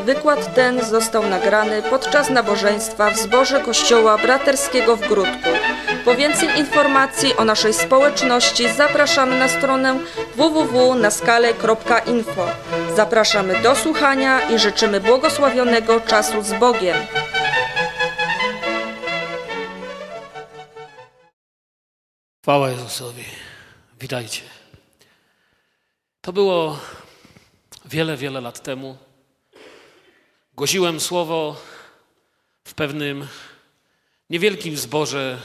wykład ten został nagrany podczas nabożeństwa w zborze Kościoła Braterskiego w Gródku. Po więcej informacji o naszej społeczności zapraszamy na stronę www.naskale.info. Zapraszamy do słuchania i życzymy błogosławionego czasu z Bogiem. Chwała Jezusowi. Witajcie. To było wiele lat temu. Głosiłem słowo w pewnym niewielkim zborze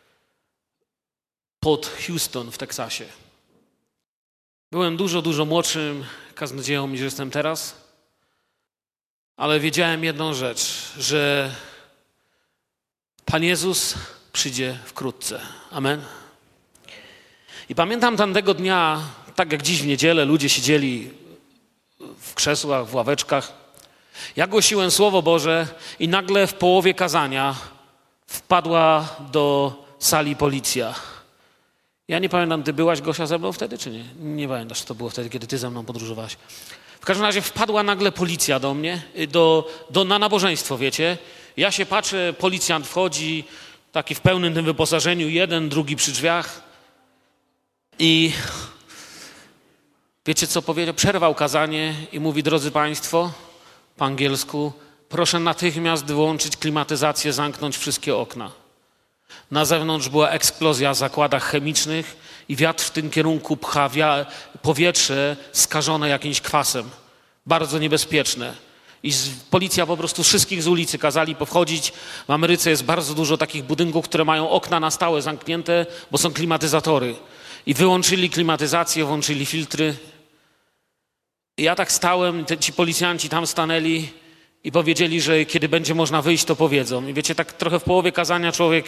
pod Houston w Teksasie. Byłem dużo młodszym kaznodzieją niż jestem teraz, ale wiedziałem jedną rzecz, że Pan Jezus przyjdzie wkrótce. Amen. I pamiętam tamtego dnia, tak jak dziś w niedzielę, ludzie siedzieli w krzesłach, w ławeczkach. Ja głosiłem Słowo Boże i nagle w połowie kazania wpadła do sali policja. Ja nie pamiętam, ty byłaś, Gosia, ze mną wtedy, czy nie? Nie pamiętasz, co to było wtedy, kiedy ty ze mną podróżowałaś. W każdym razie wpadła nagle policja do mnie, na nabożeństwo, wiecie. Ja się patrzę, policjant wchodzi, taki w pełnym tym wyposażeniu, jeden, drugi przy drzwiach. I wiecie, co powiedział? Przerwał kazanie i mówi: drodzy Państwo, po angielsku, proszę natychmiast wyłączyć klimatyzację, zamknąć wszystkie okna. Na zewnątrz była eksplozja w zakładach chemicznych i wiatr w tym kierunku pcha powietrze skażone jakimś kwasem. Bardzo niebezpieczne. I policja po prostu wszystkich z ulicy kazali powchodzić. W Ameryce jest bardzo dużo takich budynków, które mają okna na stałe zamknięte, bo są klimatyzatory. I wyłączyli klimatyzację, włączyli filtry. I ja tak stałem, ci policjanci tam stanęli i powiedzieli, że kiedy będzie można wyjść, to powiedzą. I wiecie, tak trochę w połowie kazania człowiek...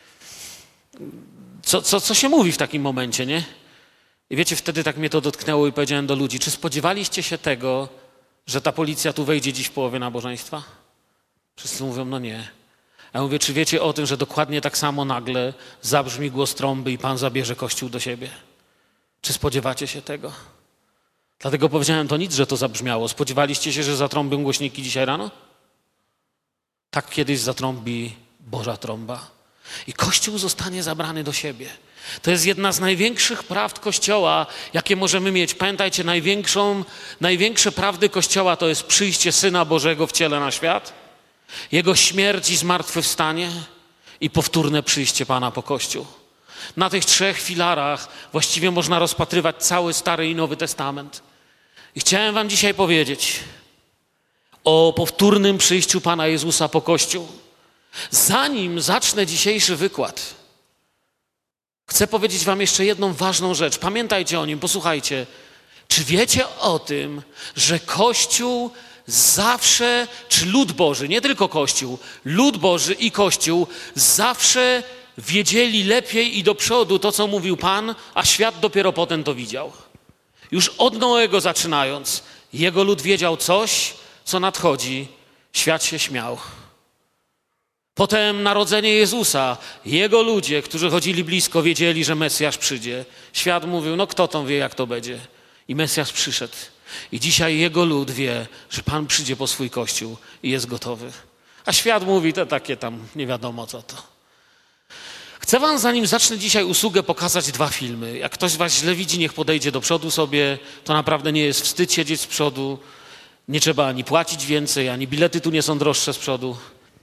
Co się mówi w takim momencie, nie? I wiecie, wtedy tak mnie to dotknęło i powiedziałem do ludzi: czy spodziewaliście się tego, że ta policja tu wejdzie dziś w połowie nabożeństwa? Wszyscy mówią: no nie. Ja mówię: czy wiecie o tym, że dokładnie tak samo nagle zabrzmi głos trąby i Pan zabierze Kościół do siebie? Czy spodziewacie się tego? Dlatego powiedziałem: to nic, że to zabrzmiało. Spodziewaliście się, że zatrąbią głośniki dzisiaj rano? Tak kiedyś zatrąbi Boża trąba. I Kościół zostanie zabrany do siebie. To jest jedna z największych prawd Kościoła, jakie możemy mieć. Pamiętajcie, największe prawdy Kościoła to jest przyjście Syna Bożego w ciele na świat, Jego śmierć i zmartwychwstanie i powtórne przyjście Pana po Kościół. Na tych trzech filarach właściwie można rozpatrywać cały Stary i Nowy Testament. I chciałem wam dzisiaj powiedzieć o powtórnym przyjściu Pana Jezusa po Kościół. Zanim zacznę dzisiejszy wykład, chcę powiedzieć wam jeszcze jedną ważną rzecz. Pamiętajcie o nim, posłuchajcie. Czy wiecie o tym, że Kościół zawsze, czy lud Boży, nie tylko Kościół, lud Boży i Kościół zawsze wiedzieli lepiej i do przodu to, co mówił Pan, a świat dopiero potem to widział. Już od Noego zaczynając, jego lud wiedział coś, co nadchodzi. Świat się śmiał. Potem narodzenie Jezusa. Jego ludzie, którzy chodzili blisko, wiedzieli, że Mesjasz przyjdzie. Świat mówił: no kto tam wie, jak to będzie. I Mesjasz przyszedł. I dzisiaj jego lud wie, że Pan przyjdzie po swój Kościół i jest gotowy. A świat mówi: to takie tam nie wiadomo co to. Chcę wam, zanim zacznę dzisiaj usługę, pokazać dwa filmy. Jak ktoś was źle widzi, niech podejdzie do przodu sobie. To naprawdę nie jest wstyd siedzieć z przodu. Nie trzeba ani płacić więcej, ani bilety tu nie są droższe z przodu.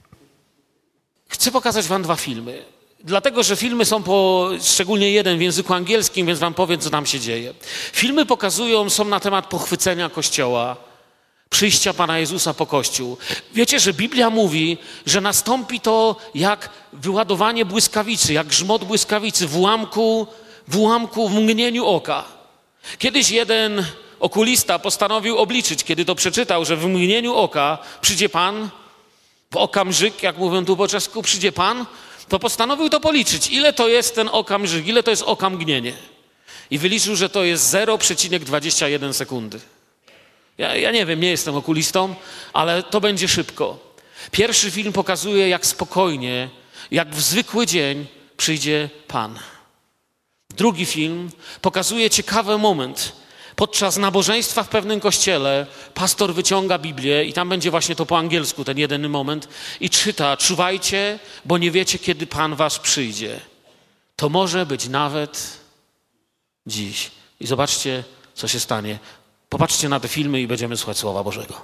Chcę pokazać wam dwa filmy. Dlatego, że filmy są szczególnie jeden w języku angielskim, więc wam powiem, co tam się dzieje. Filmy są na temat pochwycenia Kościoła, przyjścia Pana Jezusa po Kościół. Wiecie, że Biblia mówi, że nastąpi to jak wyładowanie błyskawicy, jak grzmot błyskawicy w ułamku, w mgnieniu oka. Kiedyś jeden okulista postanowił obliczyć, kiedy to przeczytał, że w mgnieniu oka przyjdzie Pan, w okamżyk, jak mówią tu po czesku, przyjdzie Pan, to postanowił to policzyć. Ile to jest ten okamżyk, ile to jest okamgnienie. I wyliczył, że to jest 0,21 sekundy. Ja nie wiem, nie jestem okulistą, ale to będzie szybko. Pierwszy film pokazuje, jak spokojnie, jak w zwykły dzień przyjdzie Pan. Drugi film pokazuje ciekawy moment. Podczas nabożeństwa w pewnym kościele pastor wyciąga Biblię i tam będzie właśnie to po angielsku, ten jeden moment, i czyta: czuwajcie, bo nie wiecie, kiedy Pan was przyjdzie. To może być nawet dziś. I zobaczcie, co się stanie. Popatrzcie na te filmy i będziemy słuchać Słowa Bożego.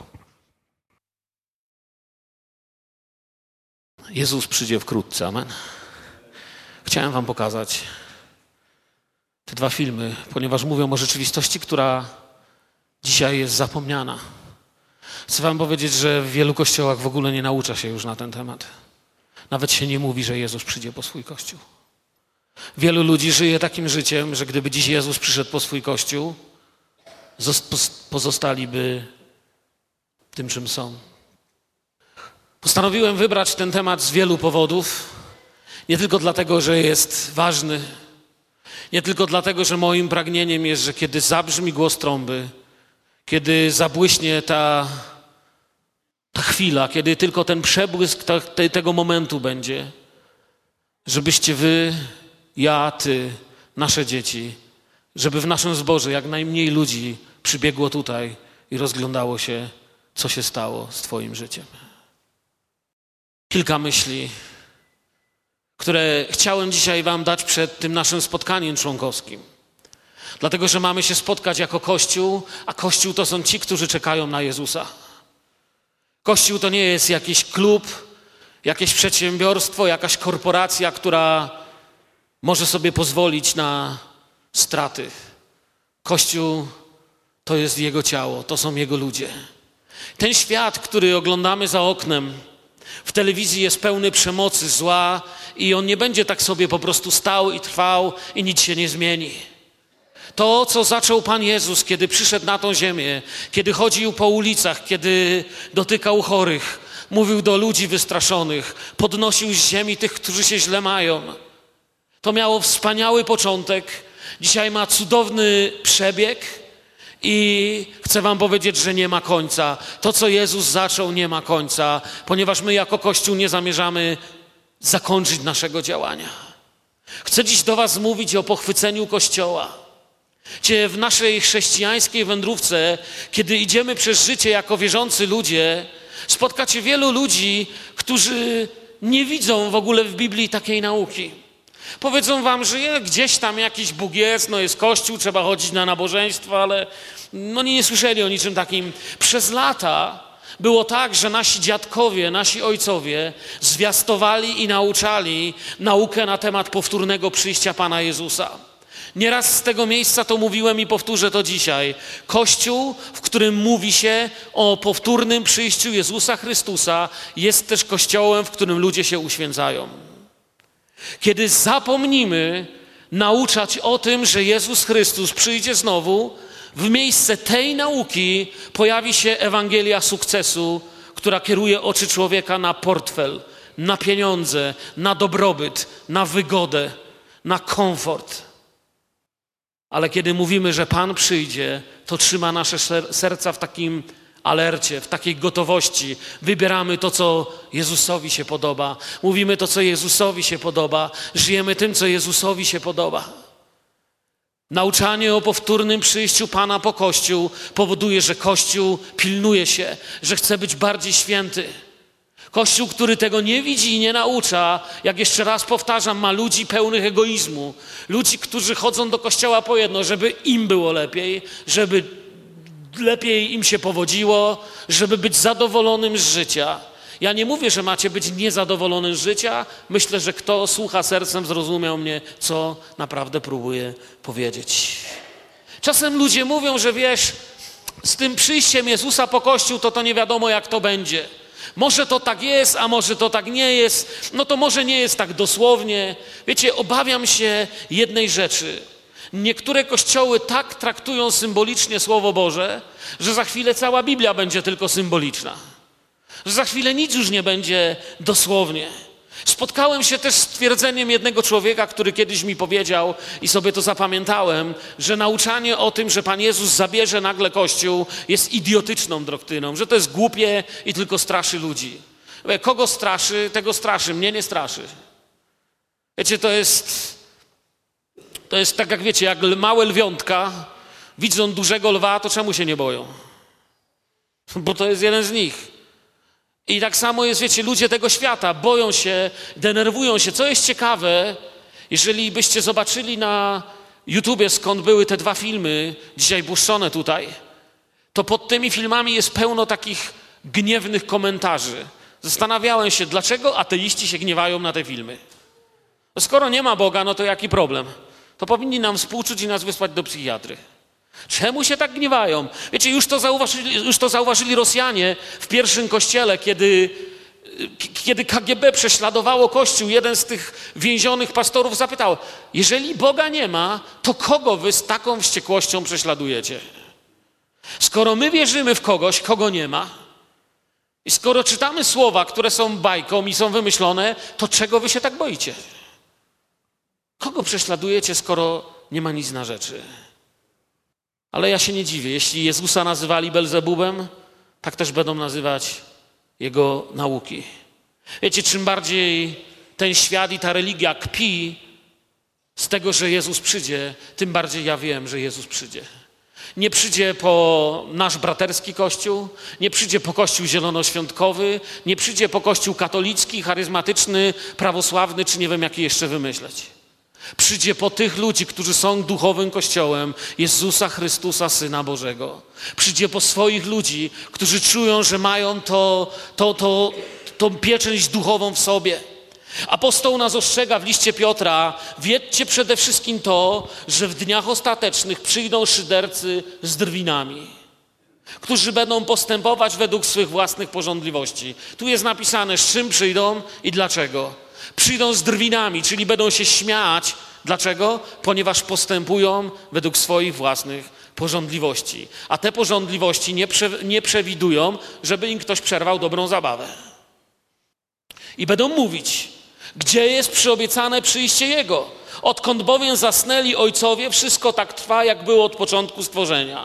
Jezus przyjdzie wkrótce, amen. Chciałem wam pokazać te dwa filmy, ponieważ mówią o rzeczywistości, która dzisiaj jest zapomniana. Chcę wam powiedzieć, że w wielu kościołach w ogóle nie naucza się już na ten temat. Nawet się nie mówi, że Jezus przyjdzie po swój Kościół. Wielu ludzi żyje takim życiem, że gdyby dziś Jezus przyszedł po swój Kościół, pozostaliby tym, czym są. Postanowiłem wybrać ten temat z wielu powodów. Nie tylko dlatego, że jest ważny. Nie tylko dlatego, że moim pragnieniem jest, że kiedy zabrzmi głos trąby, kiedy zabłyśnie ta chwila, kiedy tylko ten przebłysk tego momentu będzie, żebyście wy, ja, ty, nasze dzieci, żeby w naszym zborze jak najmniej ludzi przybiegło tutaj i rozglądało się, co się stało z twoim życiem. Kilka myśli, które chciałem dzisiaj wam dać przed tym naszym spotkaniem członkowskim. Dlatego, że mamy się spotkać jako Kościół, a Kościół to są ci, którzy czekają na Jezusa. Kościół to nie jest jakiś klub, jakieś przedsiębiorstwo, jakaś korporacja, która może sobie pozwolić na straty. Kościół to jest Jego ciało, to są Jego ludzie. Ten świat, który oglądamy za oknem, w telewizji jest pełny przemocy, zła i on nie będzie tak sobie po prostu stał i trwał i nic się nie zmieni. To, co zaczął Pan Jezus, kiedy przyszedł na tą ziemię, kiedy chodził po ulicach, kiedy dotykał chorych, mówił do ludzi wystraszonych, podnosił z ziemi tych, którzy się źle mają. To miało wspaniały początek, dzisiaj ma cudowny przebieg i chcę wam powiedzieć, że nie ma końca. To, co Jezus zaczął, nie ma końca, ponieważ my jako Kościół nie zamierzamy zakończyć naszego działania. Chcę dziś do was mówić o pochwyceniu Kościoła. Gdzie w naszej chrześcijańskiej wędrówce, kiedy idziemy przez życie jako wierzący ludzie, spotkacie wielu ludzi, którzy nie widzą w ogóle w Biblii takiej nauki. Powiedzą wam, że gdzieś tam jakiś Bóg jest, jest Kościół, trzeba chodzić na nabożeństwo, ale nie słyszeli o niczym takim. Przez lata było tak, że nasi dziadkowie, nasi ojcowie zwiastowali i nauczali naukę na temat powtórnego przyjścia Pana Jezusa. Nieraz z tego miejsca to mówiłem i powtórzę to dzisiaj. Kościół, w którym mówi się o powtórnym przyjściu Jezusa Chrystusa, jest też kościołem, w którym ludzie się uświęcają. Kiedy zapomnimy nauczać o tym, że Jezus Chrystus przyjdzie znowu, w miejsce tej nauki pojawi się Ewangelia sukcesu, która kieruje oczy człowieka na portfel, na pieniądze, na dobrobyt, na wygodę, na komfort. Ale kiedy mówimy, że Pan przyjdzie, to trzyma nasze serca w takim alercie, w takiej gotowości. Wybieramy to, co Jezusowi się podoba. Mówimy to, co Jezusowi się podoba. Żyjemy tym, co Jezusowi się podoba. Nauczanie o powtórnym przyjściu Pana po Kościół powoduje, że Kościół pilnuje się, że chce być bardziej święty. Kościół, który tego nie widzi i nie naucza, jak jeszcze raz powtarzam, ma ludzi pełnych egoizmu. Ludzi, którzy chodzą do kościoła po jedno, żeby im było lepiej, żeby lepiej im się powodziło, żeby być zadowolonym z życia. Ja nie mówię, że macie być niezadowolonym z życia. Myślę, że kto słucha sercem, zrozumiał mnie, co naprawdę próbuję powiedzieć. Czasem ludzie mówią, że wiesz, z tym przyjściem Jezusa po Kościół, to nie wiadomo, jak to będzie. Może to tak jest, a może to tak nie jest. To może nie jest tak dosłownie. Wiecie, obawiam się jednej rzeczy. Niektóre kościoły tak traktują symbolicznie Słowo Boże, że za chwilę cała Biblia będzie tylko symboliczna. Że za chwilę nic już nie będzie dosłownie. Spotkałem się też z twierdzeniem jednego człowieka, który kiedyś mi powiedział i sobie to zapamiętałem, że nauczanie o tym, że Pan Jezus zabierze nagle Kościół, jest idiotyczną doktryną, że to jest głupie i tylko straszy ludzi. Kogo straszy, tego straszy, mnie nie straszy. Wiecie, to jest tak jak wiecie, jak małe lwiątka widzą dużego lwa, to czemu się nie boją? Bo to jest jeden z nich. I tak samo jest, wiecie, ludzie tego świata boją się, denerwują się. Co jest ciekawe, jeżeli byście zobaczyli na YouTubie, skąd były te 2 filmy dzisiaj puszczone tutaj, to pod tymi filmami jest pełno takich gniewnych komentarzy. Zastanawiałem się, dlaczego ateiści się gniewają na te filmy. No skoro nie ma Boga, no to jaki problem? To powinni nam współczuć i nas wysłać do psychiatry. Czemu się tak gniewają? Wiecie, już to zauważyli Rosjanie w pierwszym kościele, kiedy KGB prześladowało Kościół. Jeden z tych więzionych pastorów zapytał, jeżeli Boga nie ma, to kogo wy z taką wściekłością prześladujecie? Skoro my wierzymy w kogoś, kogo nie ma, i skoro czytamy słowa, które są bajką i są wymyślone, to czego wy się tak boicie? Kogo prześladujecie, skoro nie ma nic na rzeczy? Ale ja się nie dziwię. Jeśli Jezusa nazywali Belzebubem, tak też będą nazywać Jego nauki. Wiecie, czym bardziej ten świat i ta religia kpi z tego, że Jezus przyjdzie, tym bardziej ja wiem, że Jezus przyjdzie. Nie przyjdzie po nasz braterski kościół, nie przyjdzie po kościół zielonoświątkowy, nie przyjdzie po kościół katolicki, charyzmatyczny, prawosławny, czy nie wiem jaki jeszcze wymyśleć. Przyjdzie po tych ludzi, którzy są duchowym Kościołem Jezusa Chrystusa, Syna Bożego. Przyjdzie po swoich ludzi, którzy czują, że mają tą pieczęć duchową w sobie. Apostoł nas ostrzega w liście Piotra, wiedzcie przede wszystkim to, że w dniach ostatecznych przyjdą szydercy z drwinami, którzy będą postępować według swych własnych pożądliwości. Tu jest napisane, z czym przyjdą i dlaczego. Przyjdą z drwinami, czyli będą się śmiać. Dlaczego? Ponieważ postępują według swoich własnych pożądliwości. A te pożądliwości nie przewidują, żeby im ktoś przerwał dobrą zabawę. I będą mówić, gdzie jest przyobiecane przyjście Jego. Odkąd bowiem zasnęli ojcowie, wszystko tak trwa, jak było od początku stworzenia.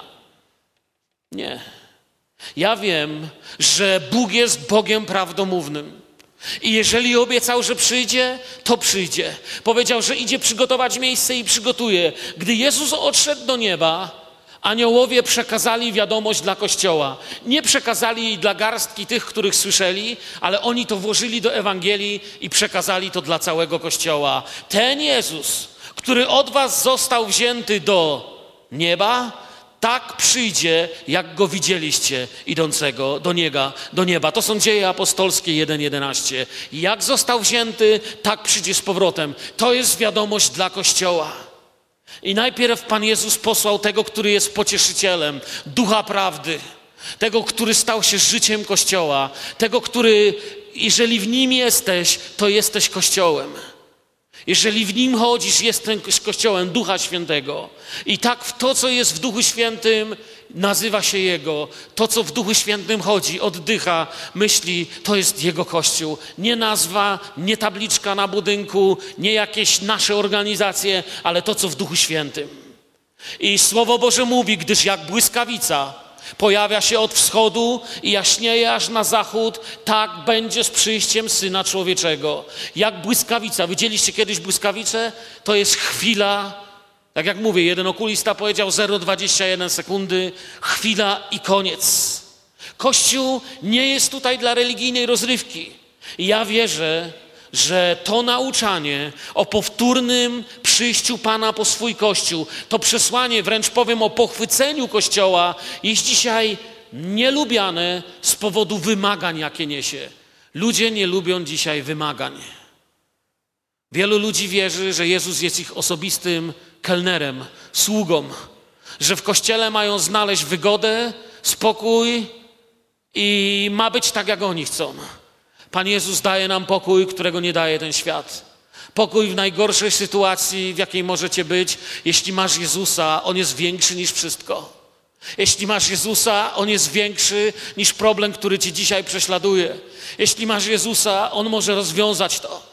Nie. Ja wiem, że Bóg jest Bogiem prawdomównym. I jeżeli obiecał, że przyjdzie, to przyjdzie. Powiedział, że idzie przygotować miejsce i przygotuje. Gdy Jezus odszedł do nieba, aniołowie przekazali wiadomość dla Kościoła. Nie przekazali jej dla garstki tych, których słyszeli, ale oni to włożyli do Ewangelii i przekazali to dla całego Kościoła. Ten Jezus, który od was został wzięty do nieba, tak przyjdzie, jak go widzieliście idącego do nieba. To są Dzieje Apostolskie 1:11. Jak został wzięty, tak przyjdzie z powrotem. To jest wiadomość dla Kościoła. I najpierw Pan Jezus posłał tego, który jest pocieszycielem, Ducha Prawdy. Tego, który stał się życiem Kościoła. Tego, który, jeżeli w Nim jesteś, to jesteś Kościołem. Jeżeli w Nim chodzisz, jesteś Kościołem Ducha Świętego. I tak to, co jest w Duchu Świętym, nazywa się Jego. To, co w Duchu Świętym chodzi, oddycha, myśli, to jest Jego Kościół. Nie nazwa, nie tabliczka na budynku, nie jakieś nasze organizacje, ale to, co w Duchu Świętym. I Słowo Boże mówi, gdyż jak błyskawica pojawia się od wschodu i jaśnieje aż na zachód, tak będzie z przyjściem Syna Człowieczego. Jak błyskawica. Widzieliście kiedyś błyskawicę? To jest chwila, tak jak mówię, jeden okulista powiedział 0,21 sekundy, chwila i koniec. Kościół nie jest tutaj dla religijnej rozrywki. I ja wierzę, że to nauczanie o powtórnym przyjściu Pana po swój Kościół, to przesłanie, wręcz powiem o pochwyceniu Kościoła, jest dzisiaj nielubiane z powodu wymagań, jakie niesie. Ludzie nie lubią dzisiaj wymagań. Wielu ludzi wierzy, że Jezus jest ich osobistym kelnerem, sługą, że w Kościele mają znaleźć wygodę, spokój i ma być tak, jak oni chcą. Pan Jezus daje nam pokój, którego nie daje ten świat. Pokój w najgorszej sytuacji, w jakiej możecie być. Jeśli masz Jezusa, On jest większy niż wszystko. Jeśli masz Jezusa, On jest większy niż problem, który ci dzisiaj prześladuje. Jeśli masz Jezusa, On może rozwiązać to.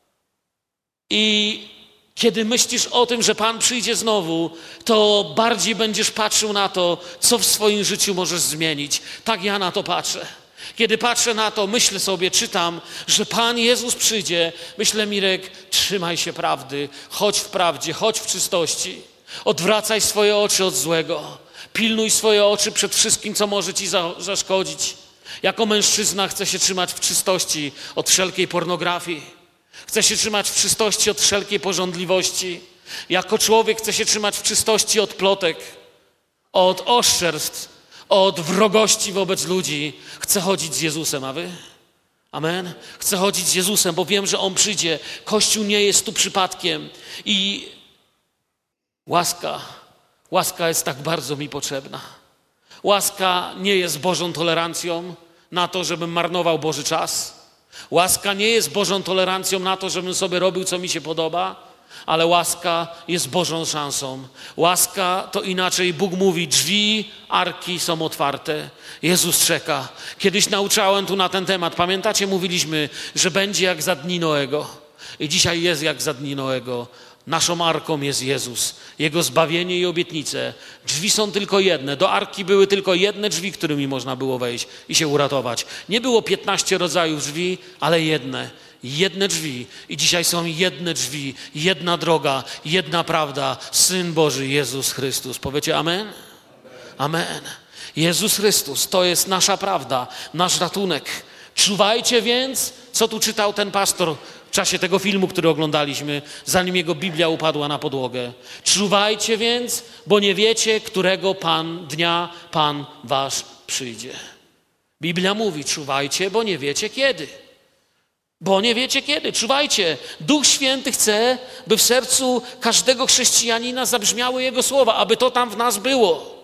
I kiedy myślisz o tym, że Pan przyjdzie znowu, to bardziej będziesz patrzył na to, co w swoim życiu możesz zmienić. Tak ja na to patrzę. Kiedy patrzę na to, myślę sobie, czytam, że Pan Jezus przyjdzie. Myślę, Mirek, trzymaj się prawdy, chodź w prawdzie, chodź w czystości. Odwracaj swoje oczy od złego. Pilnuj swoje oczy przed wszystkim, co może ci zaszkodzić. Jako mężczyzna chcę się trzymać w czystości od wszelkiej pornografii. Chcę się trzymać w czystości od wszelkiej pożądliwości. Jako człowiek chcę się trzymać w czystości od plotek, od oszczerstw, od wrogości wobec ludzi. Chcę chodzić z Jezusem, a wy? Amen. Chcę chodzić z Jezusem, bo wiem, że On przyjdzie. Kościół nie jest tu przypadkiem. I łaska jest tak bardzo mi potrzebna. Łaska nie jest Bożą tolerancją na to, żebym marnował Boży czas. Łaska nie jest Bożą tolerancją na to, żebym sobie robił, co mi się podoba, ale łaska jest Bożą szansą. Łaska to inaczej. Bóg mówi, drzwi arki są otwarte. Jezus czeka. Kiedyś nauczałem tu na ten temat. Pamiętacie, mówiliśmy, że będzie jak za dni Noego. I dzisiaj jest jak za dni Noego. Naszą arką jest Jezus, Jego zbawienie i obietnice. Drzwi są tylko jedne. Do arki były tylko jedne drzwi, którymi można było wejść i się uratować. Nie było 15 rodzajów drzwi, ale jedne drzwi. I dzisiaj są jedne drzwi, jedna droga, jedna prawda. Syn Boży, Jezus Chrystus. Powiecie amen? Amen. Jezus Chrystus, to jest nasza prawda, nasz ratunek. Czuwajcie więc, co tu czytał ten pastor w czasie tego filmu, który oglądaliśmy, zanim jego Biblia upadła na podłogę. Czuwajcie więc, bo nie wiecie, którego dnia Pan wasz przyjdzie. Biblia mówi, czuwajcie, bo nie wiecie kiedy. Bo nie wiecie kiedy. Czuwajcie. Duch Święty chce, by w sercu każdego chrześcijanina zabrzmiały Jego słowa, aby to tam w nas było.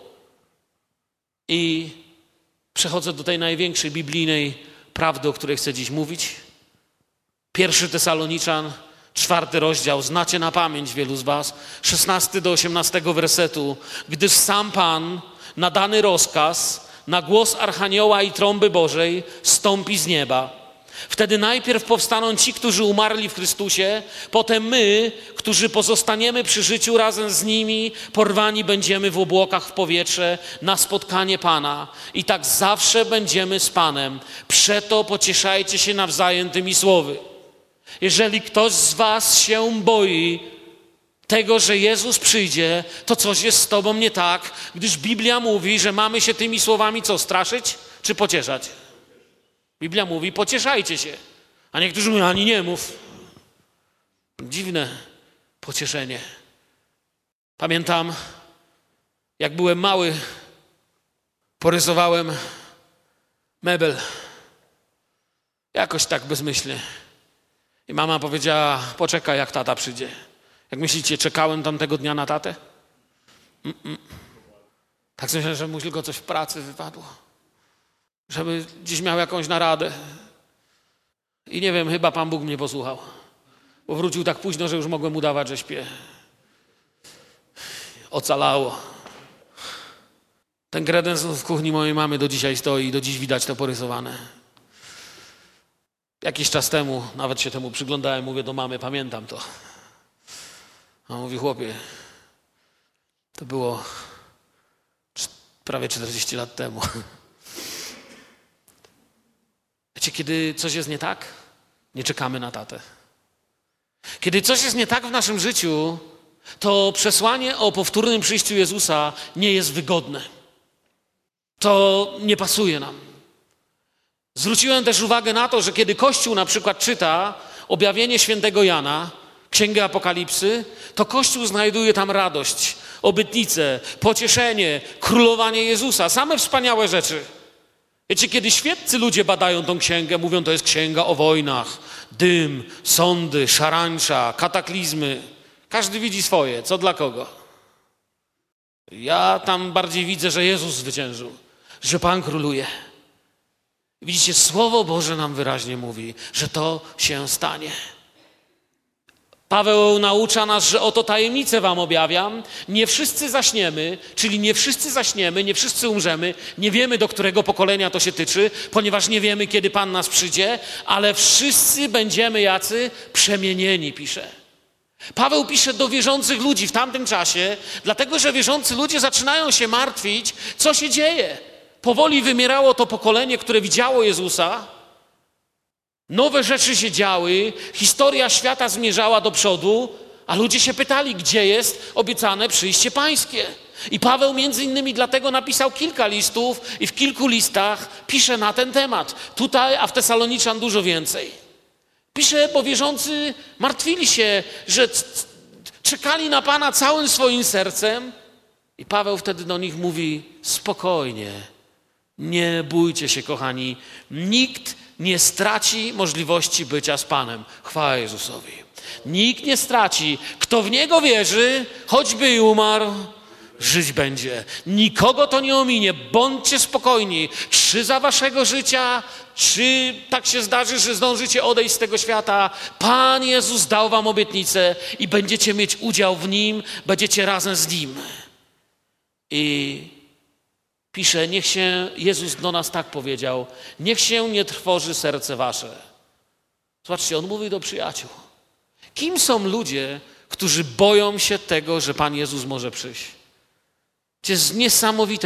I przechodzę do tej największej biblijnej prawdy, o której chcę dziś mówić. 1 Tesaloniczan, 4 rozdział, znacie na pamięć wielu z was, 16 do 18 wersetu. Gdyż sam Pan na dany rozkaz, na głos Archanioła i trąby Bożej stąpi z nieba. Wtedy najpierw powstaną ci, którzy umarli w Chrystusie, potem my, którzy pozostaniemy przy życiu razem z nimi, porwani będziemy w obłokach w powietrze na spotkanie Pana. I tak zawsze będziemy z Panem. Przeto pocieszajcie się nawzajem tymi słowy. Jeżeli ktoś z was się boi tego, że Jezus przyjdzie, to coś jest z tobą nie tak, gdyż Biblia mówi, że mamy się tymi słowami co, straszyć czy pocieszać? Biblia mówi, pocieszajcie się. A niektórzy mówią, ani nie mów. Dziwne pocieszenie. Pamiętam, jak byłem mały, porysowałem mebel. Jakoś tak bezmyślnie. I mama powiedziała, poczekaj, jak tata przyjdzie. Jak myślicie, czekałem tamtego dnia na tatę? Tak myślę, że mu tylko coś w pracy wypadło. Żeby dziś miał jakąś naradę. I nie wiem, chyba Pan Bóg mnie posłuchał. Bo wrócił tak późno, że już mogłem udawać, że śpię. Ocalało. Ten kredens w kuchni mojej mamy do dzisiaj stoi i do dziś widać to porysowane. Jakiś czas temu, nawet się temu przyglądałem, mówię do mamy, pamiętam to. A on mówi, chłopie, to było prawie 40 lat temu. Wiecie, kiedy coś jest nie tak, nie czekamy na tatę. Kiedy coś jest nie tak w naszym życiu, to przesłanie o powtórnym przyjściu Jezusa nie jest wygodne. To nie pasuje nam. Zwróciłem też uwagę na to, że kiedy Kościół na przykład czyta objawienie świętego Jana, Księgę Apokalipsy, to Kościół znajduje tam radość, obietnicę, pocieszenie, królowanie Jezusa, same wspaniałe rzeczy. Wiecie, kiedy świeccy ludzie badają tą księgę, mówią, to jest księga o wojnach, dym, sądy, szarańcza, kataklizmy. Każdy widzi swoje, co dla kogo. Ja tam bardziej widzę, że Jezus zwyciężył, że Pan króluje. Widzicie, Słowo Boże nam wyraźnie mówi, że to się stanie. Paweł naucza nas, że oto tajemnicę wam objawiam. Nie wszyscy zaśniemy, czyli nie wszyscy umrzemy. Nie wiemy, do którego pokolenia to się tyczy, ponieważ nie wiemy, kiedy Pan nas przyjdzie, ale wszyscy będziemy jacy przemienieni, pisze. Paweł pisze do wierzących ludzi w tamtym czasie, dlatego, że wierzący ludzie zaczynają się martwić, co się dzieje. Powoli wymierało to pokolenie, które widziało Jezusa. Nowe rzeczy się działy, historia świata zmierzała do przodu, A ludzie się pytali, gdzie jest obiecane przyjście pańskie. I Paweł między innymi dlatego napisał kilka listów i w kilku listach pisze na ten temat. Tutaj, a w Tesaloniczan dużo więcej. Pisze, bo wierzący martwili się, że czekali na Pana całym swoim sercem. I Paweł wtedy do nich mówi, spokojnie, nie bójcie się, kochani. Nikt nie straci możliwości bycia z Panem. Chwała Jezusowi. Nikt nie straci. Kto w Niego wierzy, choćby i umarł, żyć będzie. Nikogo to nie ominie. Bądźcie spokojni. Czy za waszego życia, czy tak się zdarzy, że zdążycie odejść z tego świata, Pan Jezus dał wam obietnicę i będziecie mieć udział w Nim, będziecie razem z Nim. I pisze, niech się, Jezus do nas tak powiedział, niech się nie trwoży serce wasze. Zobaczcie, On mówi do przyjaciół. Kim są ludzie, którzy boją się tego, że Pan Jezus może przyjść? To jest niesamowite,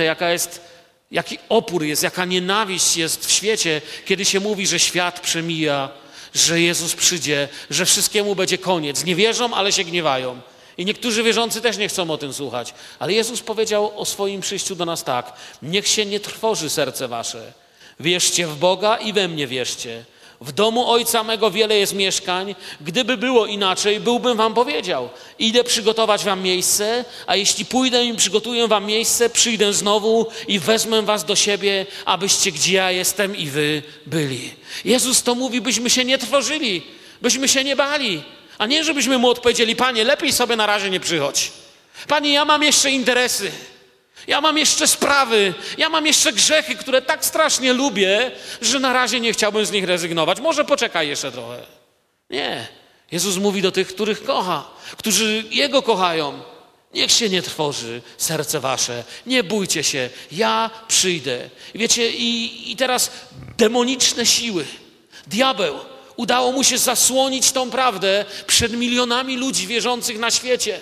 jaki opór jest, jaka nienawiść jest w świecie, kiedy się mówi, że świat przemija, że Jezus przyjdzie, że wszystkiemu będzie koniec. Nie wierzą, ale się gniewają. I niektórzy wierzący też nie chcą o tym słuchać. Ale Jezus powiedział o swoim przyjściu do nas tak. Niech się nie trwoży serce wasze. Wierzcie w Boga i we mnie wierzcie. W domu Ojca mego wiele jest mieszkań. Gdyby było inaczej, byłbym wam powiedział. Idę przygotować wam miejsce, a jeśli pójdę i przygotuję wam miejsce, przyjdę znowu i wezmę was do siebie, abyście gdzie ja jestem i wy byli. Jezus to mówi, byśmy się nie trwożyli, byśmy się nie bali. A nie, żebyśmy mu odpowiedzieli, Panie, lepiej sobie na razie nie przychodź. Panie, ja mam jeszcze interesy. Ja mam jeszcze sprawy, ja mam jeszcze grzechy, które tak strasznie lubię, że na razie nie chciałbym z nich rezygnować. Może poczekaj jeszcze trochę. Nie. Jezus mówi do tych, których kocha, którzy Jego kochają. Niech się nie trwoży serce wasze. Nie bójcie się. Ja przyjdę. Wiecie, i teraz demoniczne siły. Diabeł. Udało mu się zasłonić tą prawdę przed milionami ludzi wierzących na świecie.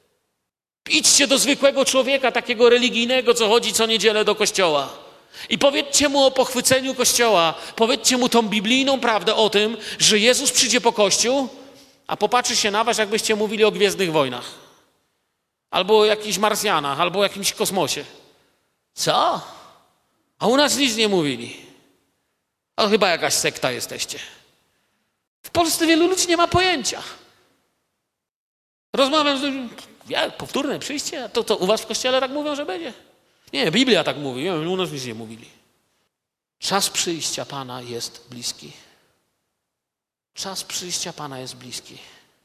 Idźcie do zwykłego człowieka, takiego religijnego, co chodzi co niedzielę do kościoła. I powiedzcie mu o pochwyceniu Kościoła. Powiedzcie mu tą biblijną prawdę o tym, że Jezus przyjdzie po Kościół, a popatrzy się na was, jakbyście mówili o Gwiezdnych Wojnach. Albo o jakichś Marsjanach, albo o jakimś kosmosie. Co? A u nas nic nie mówili. A chyba jakaś sekta jesteście. W Polsce wielu ludzi nie ma pojęcia. Rozmawiam z ludźmi, powtórne przyjście? To u was w kościele tak mówią, że będzie? Nie, Biblia tak mówi, u nas nic nie mówili. Czas przyjścia Pana jest bliski. Czas przyjścia Pana jest bliski.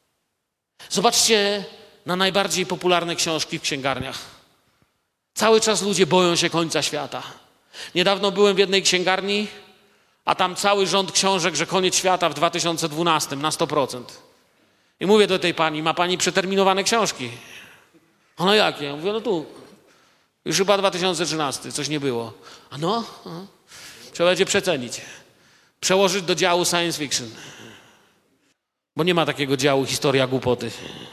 Zobaczcie na najbardziej popularne książki w księgarniach. Cały czas ludzie boją się końca świata. Niedawno byłem w jednej księgarni, a tam cały rząd książek, że koniec świata w 2012 na 100%. I mówię do tej pani, ma pani przeterminowane książki? Ona jakie? Ja mówię, no tu, już chyba 2013, coś nie było. A no, trzeba będzie przecenić. Przełożyć do działu science fiction. Bo nie ma takiego działu historia głupoty.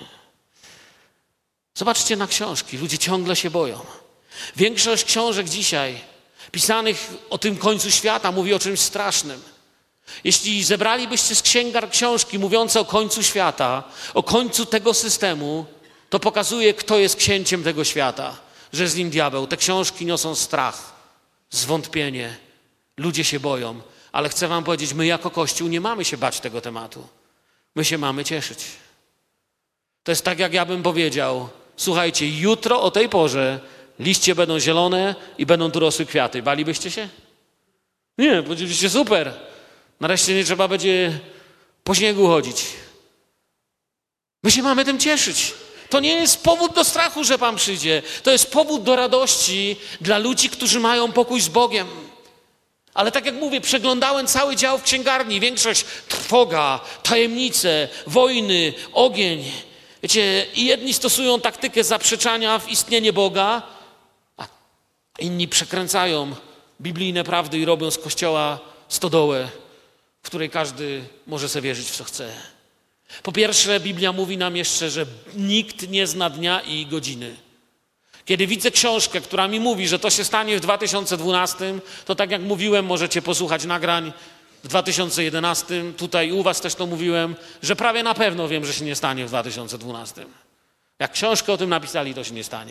Zobaczcie na książki, ludzie ciągle się boją. Większość książek dzisiaj pisanych o tym końcu świata mówi o czymś strasznym. Jeśli zebralibyście z księgar książki mówiące o końcu świata, o końcu tego systemu, to pokazuje, kto jest księciem tego świata, że z nim diabeł. Te książki niosą strach, zwątpienie. Ludzie się boją, ale chcę wam powiedzieć, my jako Kościół nie mamy się bać tego tematu. My się mamy cieszyć. To jest tak, jak ja bym powiedział, słuchajcie, jutro o tej porze liście będą zielone i będą tu rosły kwiaty. Balibyście się? Nie, powiedzieliście super. Nareszcie nie trzeba będzie po śniegu chodzić. My się mamy tym cieszyć. To nie jest powód do strachu, że Pan przyjdzie. To jest powód do radości dla ludzi, którzy mają pokój z Bogiem. Ale tak jak mówię, przeglądałem cały dział w księgarni. Większość trwoga, tajemnice, wojny, ogień. Wiecie, i jedni stosują taktykę zaprzeczania w istnienie Boga, a inni przekręcają biblijne prawdy i robią z Kościoła stodołę, w której każdy może sobie wierzyć w co chce. Po pierwsze, Biblia mówi nam jeszcze, że nikt nie zna dnia i godziny. Kiedy widzę książkę, która mi mówi, że to się stanie w 2012, to tak jak mówiłem, możecie posłuchać nagrań, w 2011, tutaj u was też to mówiłem, że prawie na pewno wiem, że się nie stanie w 2012. Jak książkę o tym napisali, to się nie stanie.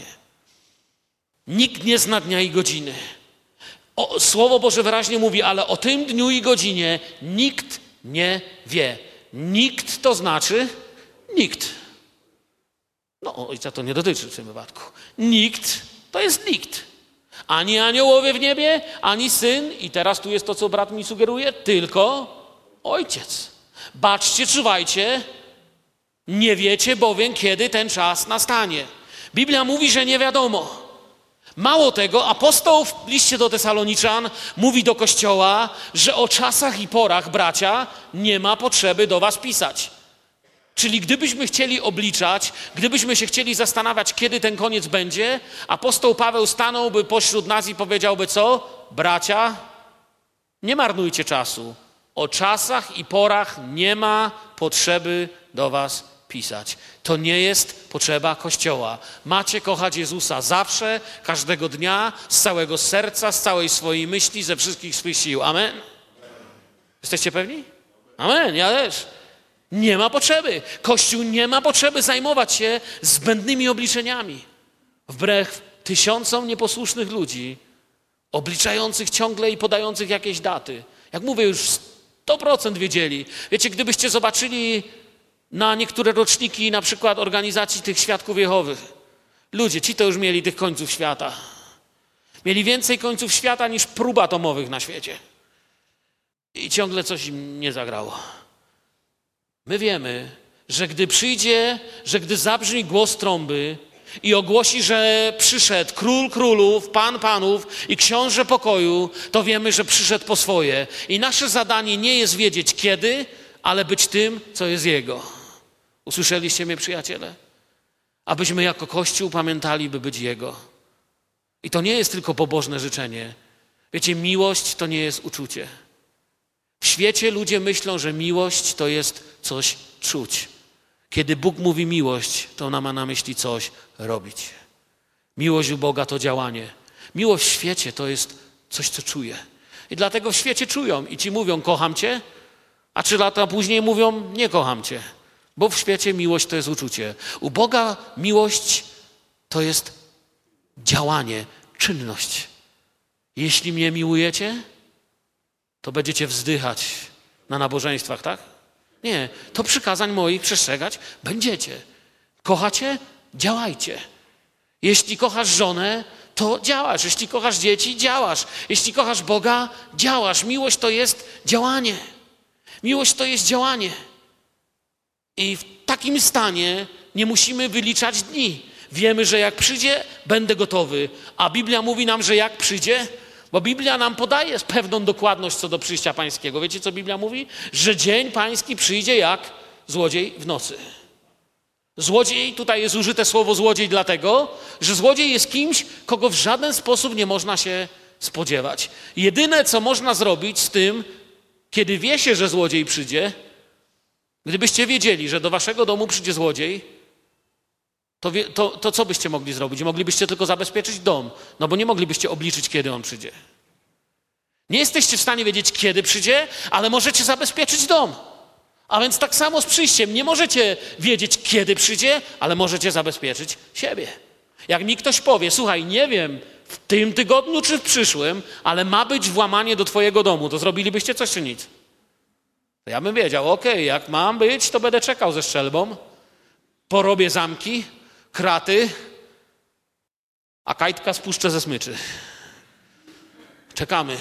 Nikt nie zna dnia i godziny. Słowo Boże wyraźnie mówi, ale o tym dniu i godzinie nikt nie wie. Nikt to znaczy nikt. No, ojca to nie dotyczy w tym wypadku. Nikt to jest nikt. Ani aniołowie w niebie, ani Syn, i teraz tu jest to, co brat mi sugeruje, tylko Ojciec. Baczcie, czuwajcie, nie wiecie bowiem, kiedy ten czas nastanie. Biblia mówi, że nie wiadomo. Mało tego, apostoł w liście do Tesaloniczan mówi do Kościoła, że o czasach i porach, bracia, nie ma potrzeby do was pisać. Czyli gdybyśmy chcieli obliczać, gdybyśmy się chcieli zastanawiać, kiedy ten koniec będzie, apostoł Paweł stanąłby pośród nas i powiedziałby co? Bracia, nie marnujcie czasu. O czasach i porach nie ma potrzeby do was pisać. To nie jest potrzeba Kościoła. Macie kochać Jezusa zawsze, każdego dnia, z całego serca, z całej swojej myśli, ze wszystkich swych sił. Amen? Jesteście pewni? Amen, ja też. Nie ma potrzeby. Kościół nie ma potrzeby zajmować się zbędnymi obliczeniami. Wbrew tysiącom nieposłusznych ludzi, obliczających ciągle i podających jakieś daty. Jak mówię, już 100% wiedzieli. Wiecie, gdybyście zobaczyli na niektóre roczniki na przykład organizacji tych Świadków Jehowych. Ludzie, ci to już mieli tych końców świata. Mieli więcej końców świata niż prób atomowych na świecie. I ciągle coś im nie zagrało. My wiemy, że gdy przyjdzie, że gdy zabrzmi głos trąby i ogłosi, że przyszedł Król Królów, Pan Panów i Książę Pokoju, to wiemy, że przyszedł po swoje. I nasze zadanie nie jest wiedzieć kiedy, ale być tym, co jest Jego. Usłyszeliście mnie, przyjaciele? Abyśmy jako Kościół pamiętali, by być Jego. I to nie jest tylko pobożne życzenie. Wiecie, miłość to nie jest uczucie. W świecie ludzie myślą, że miłość to jest coś czuć. Kiedy Bóg mówi miłość, to ona ma na myśli coś robić. Miłość u Boga to działanie. Miłość w świecie to jest coś, co czuje. I dlatego w świecie czują i ci mówią, kocham cię, a 3 lata później mówią, nie kocham cię. Bo w świecie miłość to jest uczucie. U Boga miłość to jest działanie, czynność. Jeśli mnie miłujecie, to będziecie wzdychać na nabożeństwach, tak? Nie, to przykazań moich przestrzegać będziecie. Kochacie? Działajcie. Jeśli kochasz żonę, to działasz. Jeśli kochasz dzieci, działasz. Jeśli kochasz Boga, działasz. Miłość to jest działanie. Miłość to jest działanie. I w takim stanie nie musimy wyliczać dni. Wiemy, że jak przyjdzie, będę gotowy. A Biblia mówi nam, że jak przyjdzie, bo Biblia nam podaje pewną dokładność co do przyjścia pańskiego. Wiecie, co Biblia mówi? Że dzień pański przyjdzie jak złodziej w nocy. Złodziej, tutaj jest użyte słowo złodziej dlatego, że złodziej jest kimś, kogo w żaden sposób nie można się spodziewać. Jedyne, co można zrobić z tym, kiedy wie się, że złodziej przyjdzie, gdybyście wiedzieli, że do waszego domu przyjdzie złodziej, to co byście mogli zrobić? Moglibyście tylko zabezpieczyć dom, no bo nie moglibyście obliczyć, kiedy on przyjdzie. Nie jesteście w stanie wiedzieć, kiedy przyjdzie, ale możecie zabezpieczyć dom. A więc tak samo z przyjściem. Nie możecie wiedzieć, kiedy przyjdzie, ale możecie zabezpieczyć siebie. Jak mi ktoś powie, słuchaj, nie wiem, w tym tygodniu czy w przyszłym, ale ma być włamanie do twojego domu, to zrobilibyście coś czy nic? To ja bym wiedział, okej, jak mam być, to będę czekał ze strzelbą, porobię zamki, kraty, a kajtka spuszczę ze smyczy. Czekamy.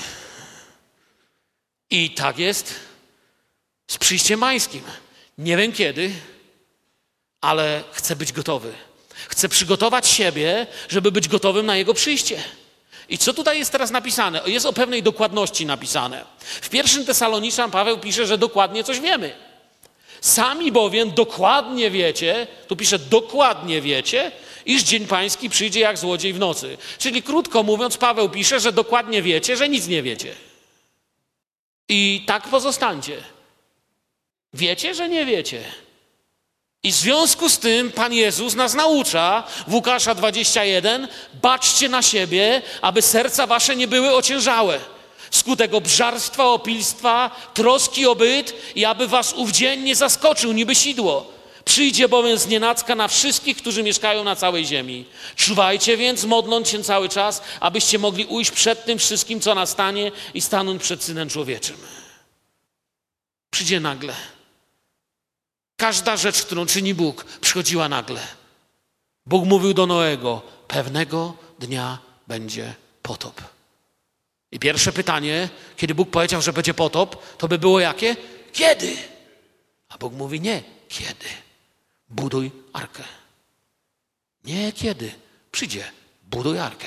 I tak jest z przyjściem pańskim. Nie wiem kiedy, ale chcę być gotowy. Chcę przygotować siebie, żeby być gotowym na Jego przyjście. I co tutaj jest teraz napisane? Jest o pewnej dokładności napisane. W 1 Tesaloniczan Paweł pisze, że dokładnie coś wiemy. Sami bowiem dokładnie wiecie, tu pisze dokładnie wiecie, iż dzień pański przyjdzie jak złodziej w nocy. Czyli krótko mówiąc, Paweł pisze, że dokładnie wiecie, że nic nie wiecie. I tak pozostańcie. Wiecie, że nie wiecie. I w związku z tym Pan Jezus nas naucza w Łukasza 21, baczcie na siebie, aby serca wasze nie były ociężałe. Skutek obżarstwa, opilstwa, troski o byt i aby was ów dzień nie zaskoczył, niby sidło. Przyjdzie bowiem znienacka na wszystkich, którzy mieszkają na całej ziemi. Czuwajcie więc, modląc się cały czas, abyście mogli ujść przed tym wszystkim, co nastanie i stanąć przed Synem Człowieczym. Przyjdzie nagle. Każda rzecz, którą czyni Bóg, przychodziła nagle. Bóg mówił do Noego, pewnego dnia będzie potop. I pierwsze pytanie, kiedy Bóg powiedział, że będzie potop, to by było jakie? Kiedy? A Bóg mówi nie, kiedy? Buduj arkę. Nie kiedy. Przyjdzie, buduj arkę.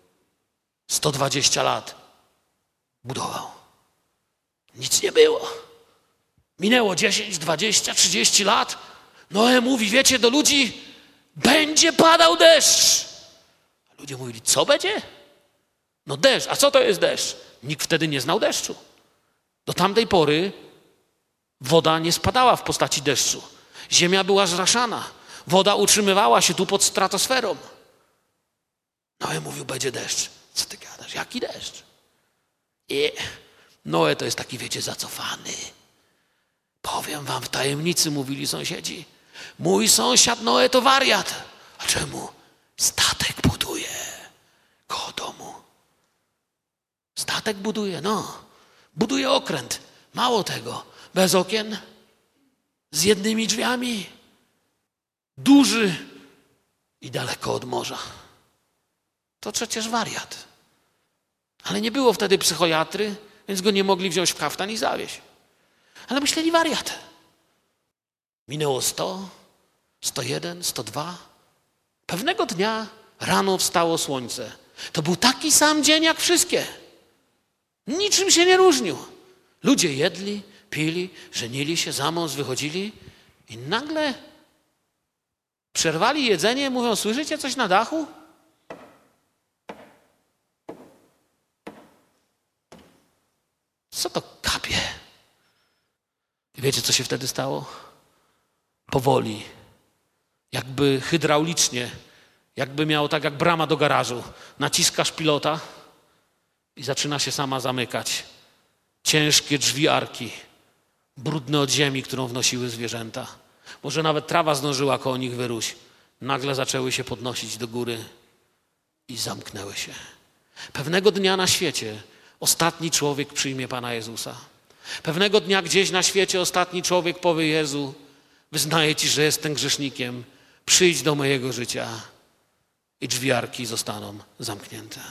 120 lat budował. Nic nie było. Minęło 10, 20, 30 lat. Noe mówi, wiecie, do ludzi, będzie padał deszcz. A ludzie mówili, co będzie? No deszcz. A co to jest deszcz? Nikt wtedy nie znał deszczu. Do tamtej pory woda nie spadała w postaci deszczu. Ziemia była zraszana. Woda utrzymywała się tu pod stratosferą. Noe mówił, będzie deszcz. Co ty gadasz? Jaki deszcz? I Noe to jest taki, wiecie, zacofany. Powiem wam w tajemnicy, mówili sąsiedzi. Mój sąsiad Noe to wariat. A czemu? Statek buduje koło domu. Statek buduje, no. Buduje okręt. Mało tego. Bez okien. Z jednymi drzwiami. Duży i daleko od morza. To przecież wariat. Ale nie było wtedy psychojatry, więc go nie mogli wziąć w kaftan i zawieźć. Ale myśleli wariat. Minęło 100, 101, 102. Pewnego dnia rano wstało słońce. To był taki sam dzień jak wszystkie. Niczym się nie różnił. Ludzie jedli, pili, żenili się, za mąż wychodzili i nagle przerwali jedzenie, mówią, słyszycie coś na dachu? Co to kapie? I wiecie, co się wtedy stało? Powoli, jakby hydraulicznie, jakby miało tak jak brama do garażu. Naciskasz pilota i zaczyna się sama zamykać. Ciężkie drzwi arki, brudne od ziemi, którą wnosiły zwierzęta. Może nawet trawa zdążyła koło nich wyrósć. Nagle zaczęły się podnosić do góry i zamknęły się. Pewnego dnia na świecie ostatni człowiek przyjmie Pana Jezusa. Pewnego dnia gdzieś na świecie ostatni człowiek powie, Jezu, wyznaję Ci, że jestem grzesznikiem. Przyjdź do mojego życia. I drzwi arki zostaną zamknięte.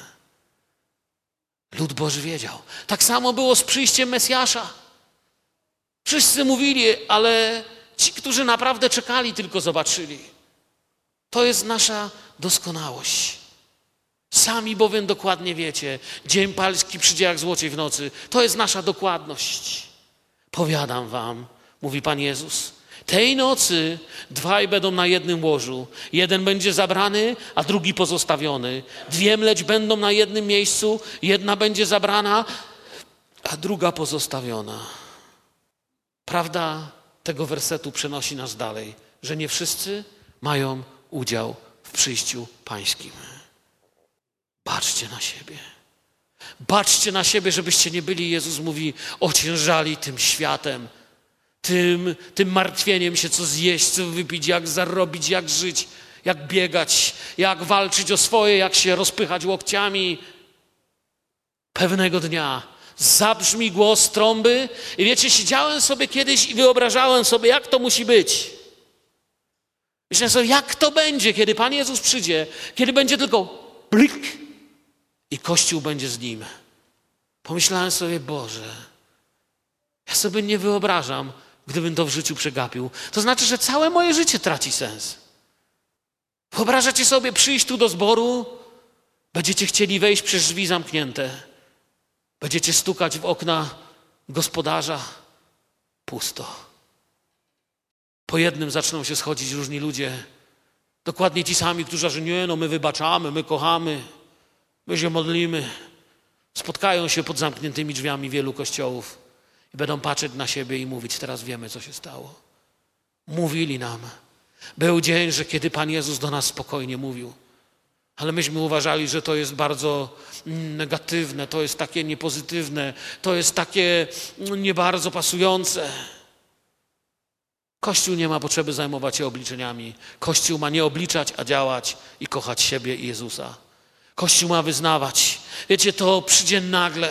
Lud Boży wiedział. Tak samo było z przyjściem Mesjasza. Wszyscy mówili, ale ci, którzy naprawdę czekali, tylko zobaczyli. To jest nasza doskonałość. Sami bowiem dokładnie wiecie, dzień pański przyjdzie jak złociej w nocy. To jest nasza dokładność. Powiadam wam, mówi Pan Jezus, tej nocy dwaj będą na jednym łożu. Jeden będzie zabrany, a drugi pozostawiony. Dwie mleć będą na jednym miejscu, jedna będzie zabrana, a druga pozostawiona. Prawda tego wersetu przenosi nas dalej, że nie wszyscy mają udział w przyjściu pańskim. Baczcie na siebie. Baczcie na siebie, żebyście nie byli, Jezus mówi, ociężali tym światem, tym martwieniem się, co zjeść, co wypić, jak zarobić, jak żyć, jak biegać, jak walczyć o swoje, jak się rozpychać łokciami. Pewnego dnia zabrzmi głos trąby i wiecie, siedziałem sobie kiedyś i wyobrażałem sobie, jak to musi być. Myślałem sobie, jak to będzie, kiedy Pan Jezus przyjdzie, kiedy będzie tylko blik i Kościół będzie z Nim. Pomyślałem sobie, Boże, ja sobie nie wyobrażam, gdybym to w życiu przegapił. To znaczy, że całe moje życie traci sens. Wyobrażacie sobie przyjść tu do zboru, będziecie chcieli wejść przez drzwi zamknięte, będziecie stukać w okna gospodarza, pusto. Po jednym zaczną się schodzić różni ludzie, dokładnie ci sami, którzy nie, no my wybaczamy, my kochamy, my się modlimy. Spotkają się pod zamkniętymi drzwiami wielu kościołów i będą patrzeć na siebie i mówić, teraz wiemy, co się stało. Mówili nam. Był dzień, że kiedy Pan Jezus do nas spokojnie mówił, Ale myśmy uważali, że to jest bardzo negatywne, to jest takie niepozytywne, to jest takie nie bardzo pasujące. Kościół nie ma potrzeby zajmować się obliczeniami. Kościół ma nie obliczać, a działać i kochać siebie i Jezusa. Kościół ma wyznawać. Wiecie, to przyjdzie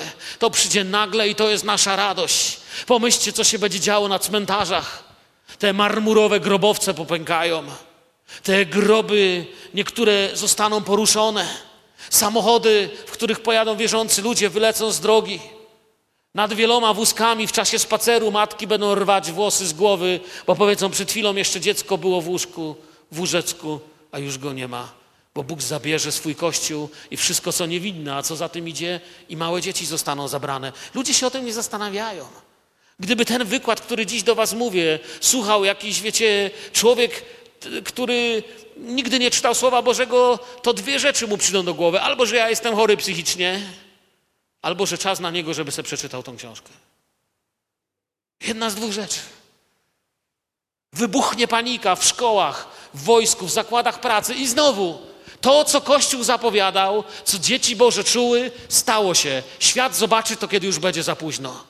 nagle i to jest nasza radość. Pomyślcie, co się będzie działo na cmentarzach. Te marmurowe grobowce popękają. Te groby, niektóre zostaną poruszone. Samochody, w których pojadą wierzący ludzie, wylecą z drogi. Nad wieloma wózkami w czasie spaceru matki będą rwać włosy z głowy, bo powiedzą, przed chwilą jeszcze dziecko było w łóżku, w łóżeczku, a już go nie ma. Bo Bóg zabierze swój Kościół i wszystko, co niewinne, a co za tym idzie, i małe dzieci zostaną zabrane. Ludzie się o tym nie zastanawiają. Gdyby ten wykład, który dziś do was mówię, słuchał jakiś, wiecie, człowiek, który nigdy nie czytał Słowa Bożego, to dwie rzeczy mu przyjdą do głowy. Albo, że ja jestem chory psychicznie, albo, że czas na niego, żeby sobie przeczytał tą książkę. Jedna z dwóch rzeczy. Wybuchnie panika w szkołach, w wojsku, w zakładach pracy i znowu to, co Kościół zapowiadał, co dzieci Boże czuły, stało się. Świat zobaczy to, kiedy już będzie za późno.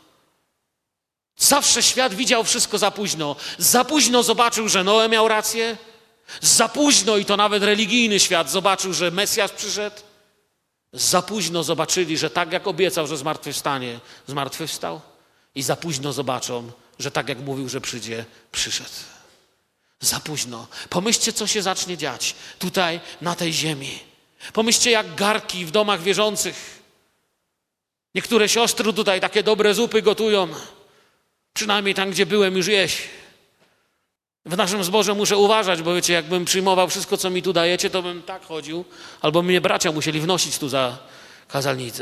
Zawsze świat widział wszystko za późno. Za późno zobaczył, że Noe miał rację. Za późno, i to nawet religijny świat, zobaczył, że Mesjasz przyszedł. Za późno zobaczyli, że tak jak obiecał, że zmartwychwstanie, zmartwychwstał. I za późno zobaczą, że tak jak mówił, że przyjdzie, przyszedł. Za późno. Pomyślcie, co się zacznie dziać tutaj, na tej ziemi. Pomyślcie, jak garki w domach wierzących. Niektóre siostry tutaj takie dobre zupy gotują. Przynajmniej tam, gdzie byłem, już jeść. W naszym zborze muszę uważać, bo wiecie, jakbym przyjmował wszystko, co mi tu dajecie, to bym tak chodził, albo mnie bracia musieli wnosić tu za kazalnicę.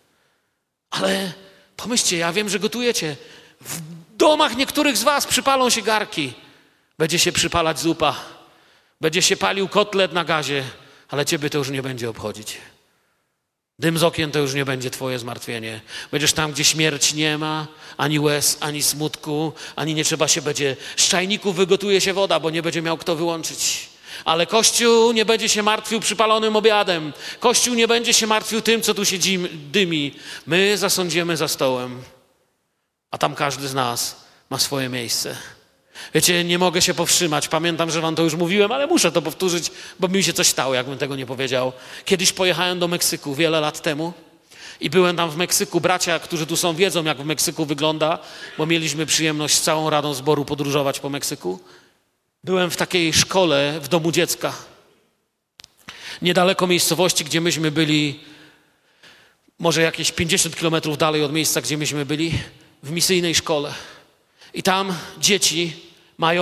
Ale pomyślcie, ja wiem, że gotujecie. W domach niektórych z was przypalą się garki. Będzie się przypalać zupa. Będzie się palił kotlet na gazie, ale ciebie to już nie będzie obchodzić. Dym z okien to już nie będzie twoje zmartwienie. Będziesz tam, gdzie śmierć nie ma, ani łez, ani smutku, ani nie trzeba się będzie. Z czajników wygotuje się woda, bo nie będzie miał kto wyłączyć. Ale Kościół nie będzie się martwił przypalonym obiadem. Kościół nie będzie się martwił tym, co tu się dymi. My zasądzimy za stołem, a tam każdy z nas ma swoje miejsce. Wiecie, nie mogę się powstrzymać. Pamiętam, że wam to już mówiłem, ale muszę to powtórzyć, bo mi się coś stało, jakbym tego nie powiedział. Kiedyś pojechałem do Meksyku wiele lat temu i byłem tam w Meksyku. Bracia, którzy tu są, wiedzą, jak w Meksyku wygląda, bo mieliśmy przyjemność z całą Radą Zboru podróżować po Meksyku. Byłem w takiej szkole w domu dziecka. Niedaleko miejscowości, gdzie myśmy byli, może jakieś 50 kilometrów dalej od miejsca, gdzie myśmy byli, w misyjnej szkole. I tam dzieci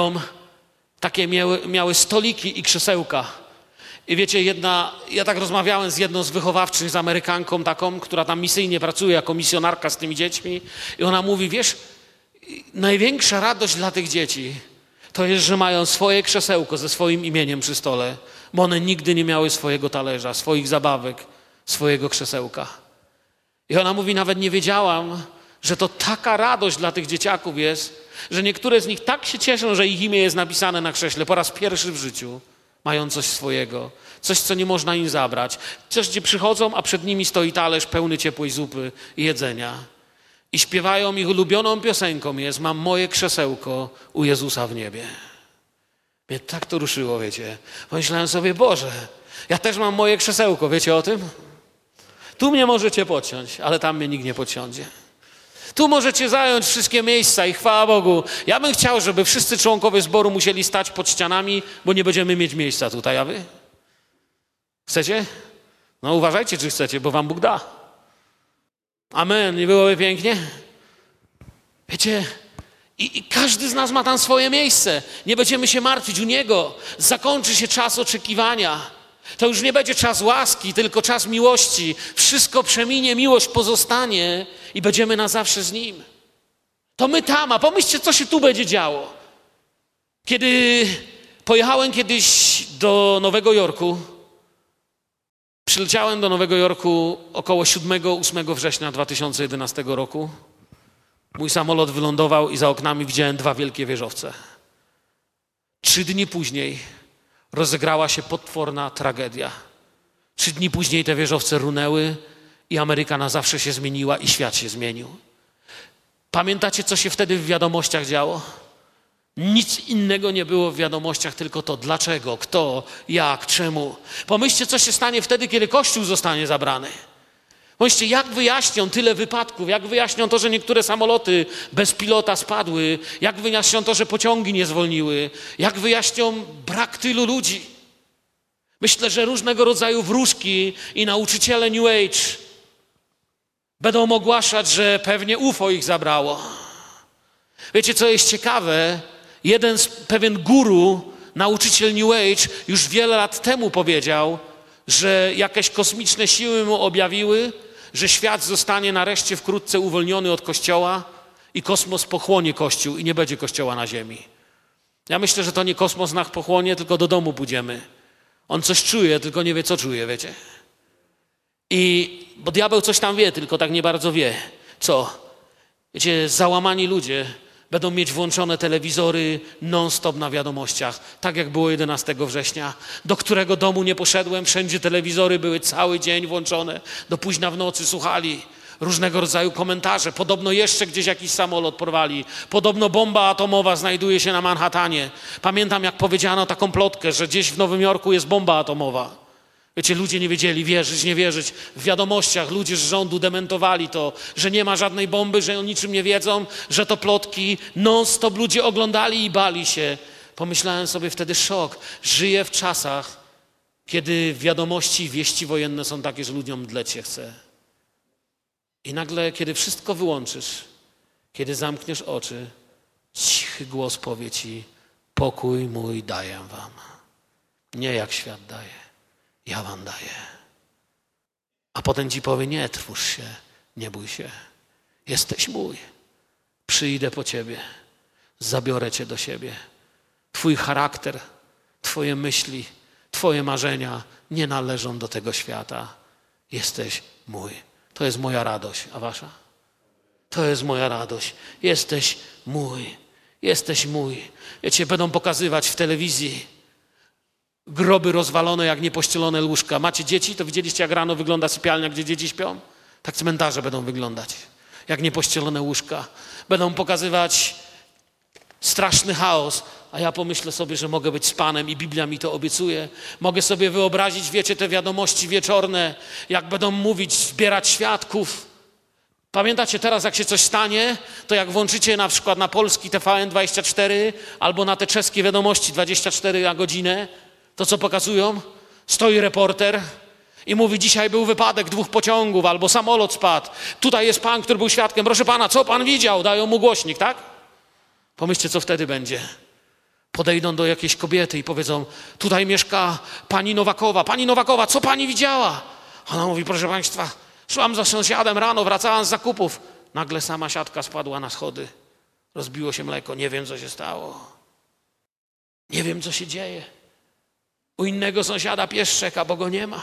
miały stoliki i krzesełka. I wiecie, ja tak rozmawiałem z jedną z wychowawczyń, z Amerykanką taką, która tam misyjnie pracuje jako misjonarka z tymi dziećmi. I ona mówi, wiesz, największa radość dla tych dzieci to jest, że mają swoje krzesełko ze swoim imieniem przy stole, bo one nigdy nie miały swojego talerza, swoich zabawek, swojego krzesełka. I ona mówi, nawet nie wiedziałam, że to taka radość dla tych dzieciaków jest, że niektóre z nich tak się cieszą, że ich imię jest napisane na krześle po raz pierwszy w życiu. Mają coś swojego, coś, co nie można im zabrać. Coś, gdzie przychodzą, a przed nimi stoi talerz pełny ciepłej zupy i jedzenia. I śpiewają, ich ulubioną piosenką jest: mam moje krzesełko u Jezusa w niebie. Mnie tak to ruszyło, wiecie. Pomyślałem sobie, Boże, ja też mam moje krzesełko, wiecie o tym? Tu mnie możecie podciąć, ale tam mnie nikt nie podsiądzie. Tu możecie zająć wszystkie miejsca i chwała Bogu. Ja bym chciał, żeby wszyscy członkowie zboru musieli stać pod ścianami, bo nie będziemy mieć miejsca tutaj, a wy? Chcecie? No uważajcie, czy chcecie, bo wam Bóg da. Amen. Nie byłoby pięknie? Wiecie, i każdy z nas ma tam swoje miejsce. Nie będziemy się martwić u Niego. Zakończy się czas oczekiwania. To już nie będzie czas łaski, tylko czas miłości. Wszystko przeminie, miłość pozostanie i będziemy na zawsze z Nim. To my tam, a pomyślcie, co się tu będzie działo. Kiedy pojechałem kiedyś do Nowego Jorku, przyleciałem do Nowego Jorku około 7-8 września 2011 roku. Mój samolot wylądował i za oknami widziałem 2 wielkie wieżowce. 3 dni później rozegrała się potworna tragedia. 3 dni później te wieżowce runęły i Ameryka na zawsze się zmieniła i świat się zmienił. Pamiętacie, co się wtedy w wiadomościach działo? Nic innego nie było w wiadomościach, tylko to dlaczego, kto, jak, czemu. Pomyślcie, co się stanie wtedy, kiedy Kościół zostanie zabrany. Pomyślcie, jak wyjaśnią tyle wypadków, jak wyjaśnią to, że niektóre samoloty bez pilota spadły, jak wyjaśnią to, że pociągi nie zwolniły, jak wyjaśnią brak tylu ludzi. Myślę, że różnego rodzaju wróżki i nauczyciele New Age będą ogłaszać, że pewnie UFO ich zabrało. Wiecie, co jest ciekawe? Pewien guru, nauczyciel New Age już wiele lat temu powiedział, że jakieś kosmiczne siły mu objawiły, że świat zostanie nareszcie wkrótce uwolniony od Kościoła i kosmos pochłonie Kościół i nie będzie Kościoła na ziemi. Ja myślę, że to nie kosmos nas pochłonie, tylko do domu pójdziemy. On coś czuje, tylko nie wie, co czuje, wiecie? Bo diabeł coś tam wie, tylko tak nie bardzo wie. Co? Wiecie, załamani ludzie będą mieć włączone telewizory non-stop na wiadomościach, tak jak było 11 września. Do którego domu nie poszedłem, wszędzie telewizory były cały dzień włączone, do późna w nocy słuchali różnego rodzaju komentarze. Podobno jeszcze gdzieś jakiś samolot porwali. Podobno bomba atomowa znajduje się na Manhattanie. Pamiętam, jak powiedziano taką plotkę, że gdzieś w Nowym Jorku jest bomba atomowa. Wiecie, ludzie nie wiedzieli, wierzyć, nie wierzyć. W wiadomościach ludzie z rządu dementowali to, że nie ma żadnej bomby, że o niczym nie wiedzą, że to plotki. Non-stop ludzie oglądali i bali się. Pomyślałem sobie wtedy szok. Żyję w czasach, kiedy wiadomości i wieści wojenne są takie, że ludziom mdleć się chce. I nagle, kiedy wszystko wyłączysz, kiedy zamkniesz oczy, cichy głos powie ci: pokój mój daję wam. Nie jak świat daje. Ja wam daję. A potem ci powie: nie trwóż się, nie bój się. Jesteś mój. Przyjdę po ciebie. Zabiorę cię do siebie. Twój charakter, twoje myśli, twoje marzenia nie należą do tego świata. Jesteś mój. To jest moja radość. A wasza? To jest moja radość. Jesteś mój. Jesteś mój. Wiecie, będą pokazywać w telewizji groby rozwalone jak niepościelone łóżka. Macie dzieci? To widzieliście, jak rano wygląda sypialnia, gdzie dzieci śpią? Tak cmentarze będą wyglądać. Jak niepościelone łóżka. Będą pokazywać straszny chaos. A ja pomyślę sobie, że mogę być z Panem i Biblia mi to obiecuje. Mogę sobie wyobrazić, wiecie, te wiadomości wieczorne, jak będą mówić, zbierać świadków. Pamiętacie teraz, jak się coś stanie, to jak włączycie na przykład na polski TVN24 albo na te czeskie wiadomości 24 na godzinę, to co pokazują? Stoi reporter i mówi: dzisiaj był wypadek 2 pociągów albo samolot spadł. Tutaj jest pan, który był świadkiem. Proszę pana, co pan widział? Dają mu głośnik, tak? Pomyślcie, co wtedy będzie. Podejdą do jakiejś kobiety i powiedzą: tutaj mieszka pani Nowakowa. Pani Nowakowa, co pani widziała? Ona mówi: proszę państwa, szłam za sąsiadem rano, wracałam z zakupów. Nagle sama siatka spadła na schody. Rozbiło się mleko. Nie wiem, co się stało. Nie wiem, co się dzieje. U innego sąsiada pies szczeka, bo go nie ma.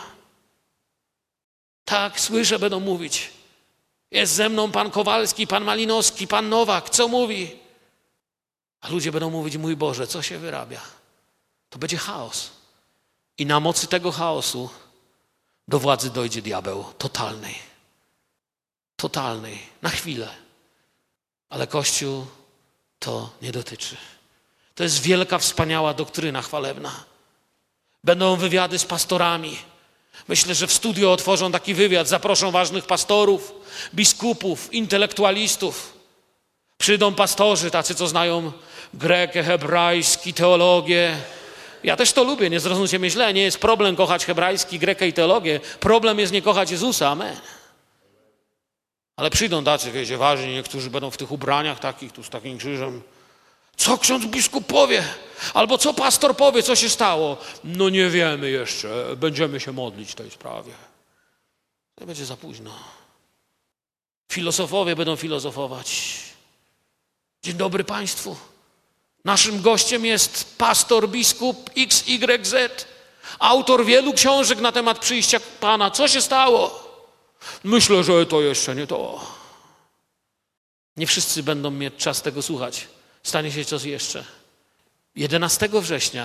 Tak, słyszę, będą mówić: jest ze mną pan Kowalski, pan Malinowski, pan Nowak. Co mówi? A ludzie będą mówić: mój Boże, co się wyrabia? To będzie chaos. I na mocy tego chaosu do władzy dojdzie diabeł. Totalnej. Totalnej. Na chwilę. Ale Kościół to nie dotyczy. To jest wielka, wspaniała doktryna chwalebna. Będą wywiady z pastorami. Myślę, że w studio otworzą taki wywiad, zaproszą ważnych pastorów, biskupów, intelektualistów. Przyjdą pastorzy, tacy, co znają grekę, hebrajski, teologię. Ja też to lubię, nie zrozumcie mnie źle. Nie jest problem kochać hebrajski, grekę i teologię. Problem jest nie kochać Jezusa, amen. Ale przyjdą tacy, wiecie, ważni, niektórzy będą w tych ubraniach takich, tu z takim krzyżem. Co ksiądz biskup powie? Albo co pastor powie, co się stało? No nie wiemy jeszcze, będziemy się modlić w tej sprawie. To będzie za późno. Filozofowie będą filozofować. Dzień dobry państwu. Naszym gościem jest pastor, biskup XYZ, autor wielu książek na temat przyjścia Pana. Co się stało? Myślę, że to jeszcze nie to. Nie wszyscy będą mieć czas tego słuchać. Stanie się coś jeszcze. 11 września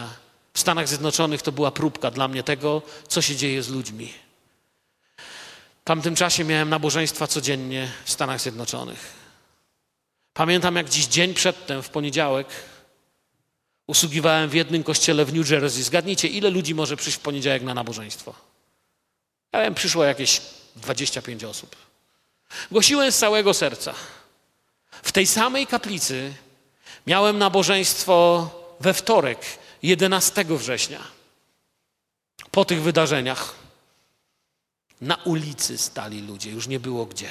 w Stanach Zjednoczonych to była próbka dla mnie tego, co się dzieje z ludźmi. W tamtym czasie miałem nabożeństwa codziennie w Stanach Zjednoczonych. Pamiętam, jak dziś dzień przedtem, w poniedziałek, usługiwałem w jednym kościele w New Jersey. Zgadnijcie, ile ludzi może przyjść w poniedziałek na nabożeństwo? Ja wiem, przyszło jakieś 25 osób. Głosiłem z całego serca. W tej samej kaplicy miałem nabożeństwo we wtorek, 11 września. Po tych wydarzeniach na ulicy stali ludzie, już nie było gdzie.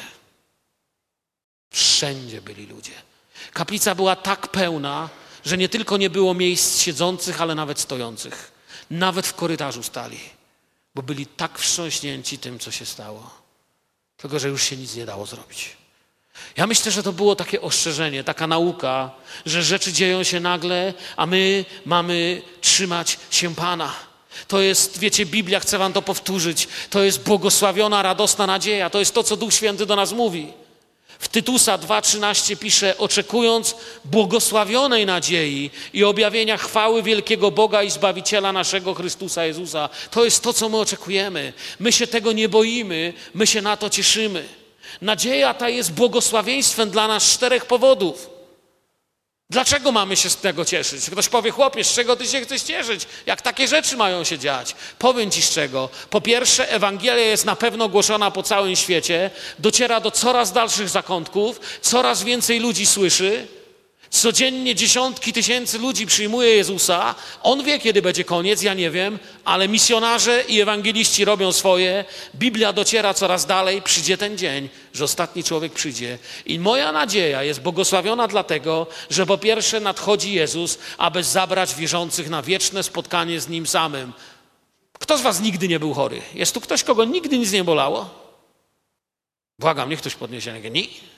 Wszędzie byli ludzie. Kaplica była tak pełna, że nie tylko nie było miejsc siedzących, ale nawet stojących. Nawet w korytarzu stali, bo byli tak wstrząśnięci tym, co się stało. Tylko że już się nic nie dało zrobić. Ja myślę, że to było takie ostrzeżenie, taka nauka, że rzeczy dzieją się nagle, a my mamy trzymać się Pana. To jest, wiecie, Biblia, chcę wam to powtórzyć, to jest błogosławiona, radosna nadzieja. To jest to, co Duch Święty do nas mówi. W Tytusa 2:13 pisze, oczekując błogosławionej nadziei i objawienia chwały wielkiego Boga i Zbawiciela naszego Chrystusa Jezusa. To jest to, co my oczekujemy. My się tego nie boimy, my się na to cieszymy. Nadzieja ta jest błogosławieństwem dla nas z 4 powodów. Dlaczego mamy się z tego cieszyć? Ktoś powie, chłopie, z czego ty się chcesz cieszyć? Jak takie rzeczy mają się dziać? Powiem ci z czego. Po pierwsze, Ewangelia jest na pewno głoszona po całym świecie, dociera do coraz dalszych zakątków, coraz więcej ludzi słyszy. Codziennie dziesiątki tysięcy ludzi przyjmuje Jezusa. On wie, kiedy będzie koniec, ja nie wiem, ale misjonarze i ewangeliści robią swoje. Biblia dociera coraz dalej. Przyjdzie ten dzień, że ostatni człowiek przyjdzie. I moja nadzieja jest błogosławiona dlatego, że po pierwsze nadchodzi Jezus, aby zabrać wierzących na wieczne spotkanie z Nim samym. Kto z was nigdy nie był chory? Jest tu ktoś, kogo nigdy nic nie bolało? Błagam, niech ktoś podniesie rękę.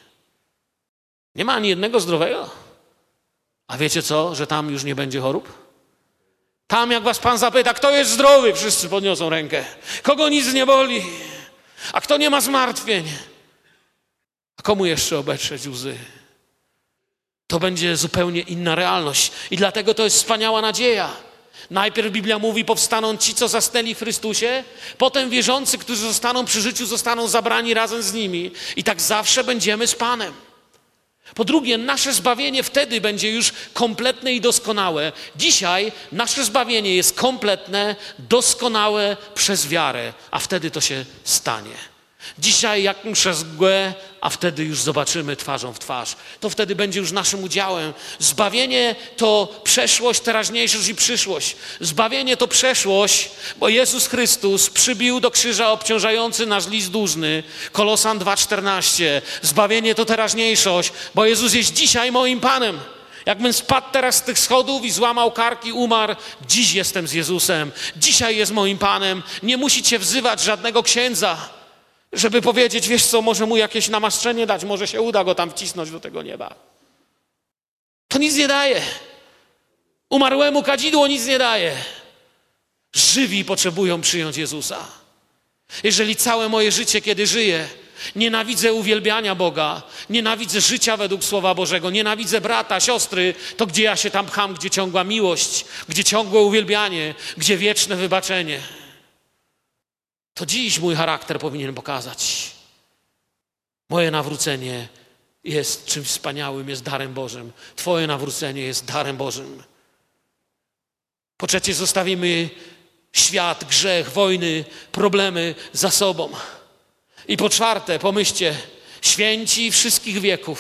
Nie ma ani jednego zdrowego? A wiecie co, że tam już nie będzie chorób? Tam jak was Pan zapyta, kto jest zdrowy, wszyscy podniosą rękę. Kogo nic nie boli? A kto nie ma zmartwień? A komu jeszcze obetrzeć łzy? To będzie zupełnie inna realność. I dlatego to jest wspaniała nadzieja. Najpierw Biblia mówi, powstaną ci, co zasnęli w Chrystusie, potem wierzący, którzy zostaną przy życiu, zostaną zabrani razem z nimi. I tak zawsze będziemy z Panem. Po drugie, nasze zbawienie wtedy będzie już kompletne i doskonałe. Dzisiaj nasze zbawienie jest kompletne, doskonałe przez wiarę, a wtedy to się stanie. Dzisiaj jak przez mgłę, a wtedy już zobaczymy twarzą w twarz. To wtedy będzie już naszym udziałem. Zbawienie to przeszłość, teraźniejszość i przyszłość. Zbawienie to przeszłość, bo Jezus Chrystus przybił do krzyża obciążający nasz list dłużny. Kolosan 2:14. Zbawienie to teraźniejszość, bo Jezus jest dzisiaj moim Panem. Jakbym spadł teraz z tych schodów i złamał kark i umarł, dziś jestem z Jezusem. Dzisiaj jest moim Panem. Nie musicie wzywać żadnego księdza, żeby powiedzieć, wiesz co, może mu jakieś namaszczenie dać, może się uda go tam wcisnąć do tego nieba. To nic nie daje. Umarłemu kadzidło nic nie daje. Żywi potrzebują przyjąć Jezusa. Jeżeli całe moje życie, kiedy żyję, nienawidzę uwielbiania Boga, nienawidzę życia według Słowa Bożego, nienawidzę brata, siostry, to gdzie ja się tam pcham, gdzie ciągła miłość, gdzie ciągłe uwielbianie, gdzie wieczne wybaczenie. To dziś mój charakter powinien pokazać. Moje nawrócenie jest czymś wspaniałym, jest darem Bożym. Twoje nawrócenie jest darem Bożym. Po trzecie, zostawimy świat, grzech, wojny, problemy za sobą. I po czwarte, pomyślcie, święci wszystkich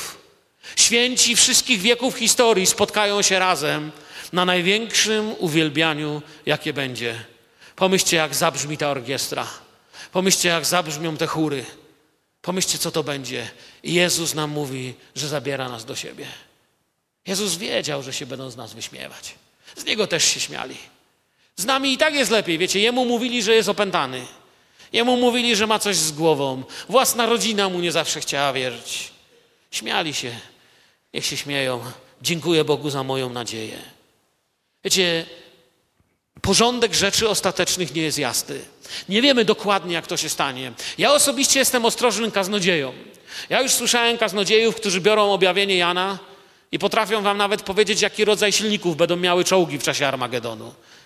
wieków historii spotkają się razem na największym uwielbianiu, jakie będzie. Pomyślcie, jak zabrzmi ta orkiestra. Pomyślcie, jak zabrzmią te chóry. Pomyślcie, co to będzie. I Jezus nam mówi, że zabiera nas do siebie. Jezus wiedział, że się będą z nas wyśmiewać. Z Niego też się śmiali. Z nami i tak jest lepiej. Wiecie, Jemu mówili, że jest opętany. Jemu mówili, że ma coś z głową. Własna rodzina mu nie zawsze chciała wierzyć. Śmiali się. Niech się śmieją. Dziękuję Bogu za moją nadzieję. Wiecie, porządek rzeczy ostatecznych nie jest jasny. Nie wiemy dokładnie, jak to się stanie. Ja osobiście jestem ostrożnym kaznodzieją. Ja już słyszałem kaznodziejów, którzy biorą objawienie Jana i potrafią wam nawet powiedzieć, jaki rodzaj silników będą miały czołgi w czasie Armagedonu.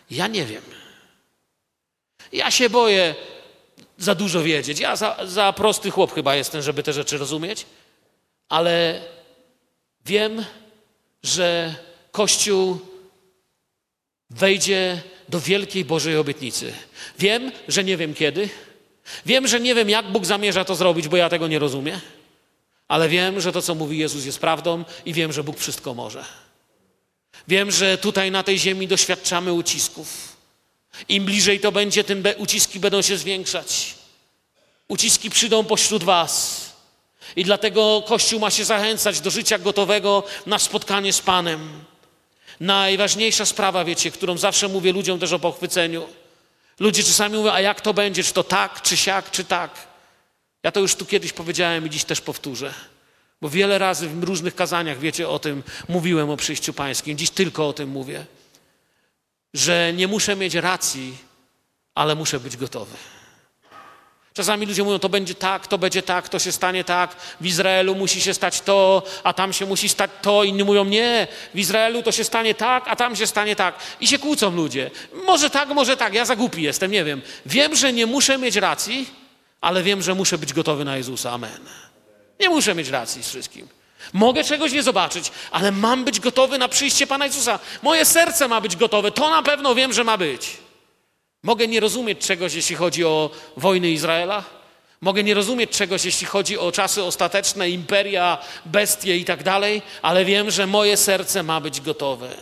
Ja nie wiem. Ja się boję za dużo wiedzieć. Ja za prosty chłop chyba jestem, żeby te rzeczy rozumieć, ale wiem, że Kościół wejdzie do wielkiej Bożej obietnicy. Wiem, że nie wiem kiedy. Wiem, że nie wiem, jak Bóg zamierza to zrobić, bo ja tego nie rozumiem. Ale wiem, że to, co mówi Jezus, jest prawdą i wiem, że Bóg wszystko może. Wiem, że tutaj na tej ziemi doświadczamy ucisków. Im bliżej to będzie, tym uciski będą się zwiększać. Uciski przyjdą pośród was. I dlatego Kościół ma się zachęcać do życia gotowego na spotkanie z Panem. Najważniejsza sprawa, wiecie, którą zawsze mówię ludziom też o pochwyceniu. Ludzie czasami mówią, a jak to będzie? Czy to tak, czy siak, czy tak? Ja to już tu kiedyś powiedziałem i dziś też powtórzę. Bo wiele razy w różnych kazaniach, wiecie, o tym mówiłem, o przyjściu pańskim. Dziś tylko o tym mówię. Że nie muszę mieć racji, ale muszę być gotowy. Czasami ludzie mówią, to będzie tak, to będzie tak, to się stanie tak. W Izraelu musi się stać to, a tam się musi stać to. Inni mówią, nie, w Izraelu to się stanie tak, a tam się stanie tak. I się kłócą ludzie. Może tak, ja za głupi jestem, nie wiem. Wiem, że nie muszę mieć racji, ale wiem, że muszę być gotowy na Jezusa. Amen. Nie muszę mieć racji z wszystkim. Mogę czegoś nie zobaczyć, ale mam być gotowy na przyjście Pana Jezusa. Moje serce ma być gotowe. To na pewno wiem, że ma być. Mogę nie rozumieć czegoś, jeśli chodzi o wojny Izraela. Mogę nie rozumieć czegoś, jeśli chodzi o czasy ostateczne, imperia, bestie i tak dalej, ale wiem, że moje serce ma być gotowe.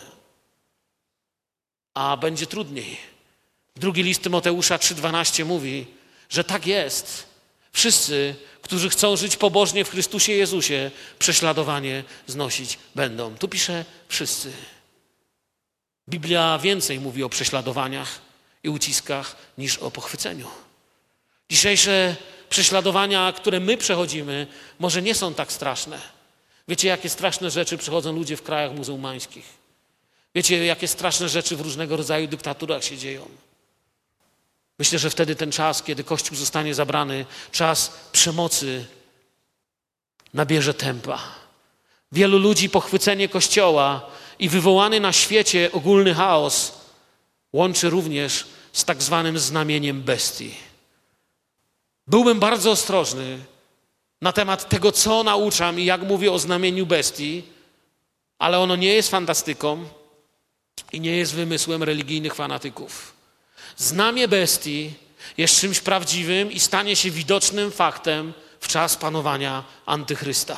A będzie trudniej. Drugi list Tymoteusza 3,12 mówi, że tak jest. Wszyscy, którzy chcą żyć pobożnie w Chrystusie Jezusie, prześladowanie znosić będą. Tu pisze wszyscy. Biblia więcej mówi o prześladowaniach i uciskach niż o pochwyceniu. Dzisiejsze prześladowania, które my przechodzimy, może nie są tak straszne. Wiecie, jakie straszne rzeczy przechodzą ludzie w krajach muzułmańskich. Wiecie, jakie straszne rzeczy w różnego rodzaju dyktaturach się dzieją. Myślę, że wtedy ten czas, kiedy Kościół zostanie zabrany, czas przemocy nabierze tempa. Wielu ludzi pochwycenie Kościoła i wywołany na świecie ogólny chaos łączy również z tak zwanym znamieniem bestii. Byłbym bardzo ostrożny na temat tego, co nauczam i jak mówię o znamieniu bestii, ale ono nie jest fantastyką i nie jest wymysłem religijnych fanatyków. Znamię bestii jest czymś prawdziwym i stanie się widocznym faktem w czas panowania Antychrysta.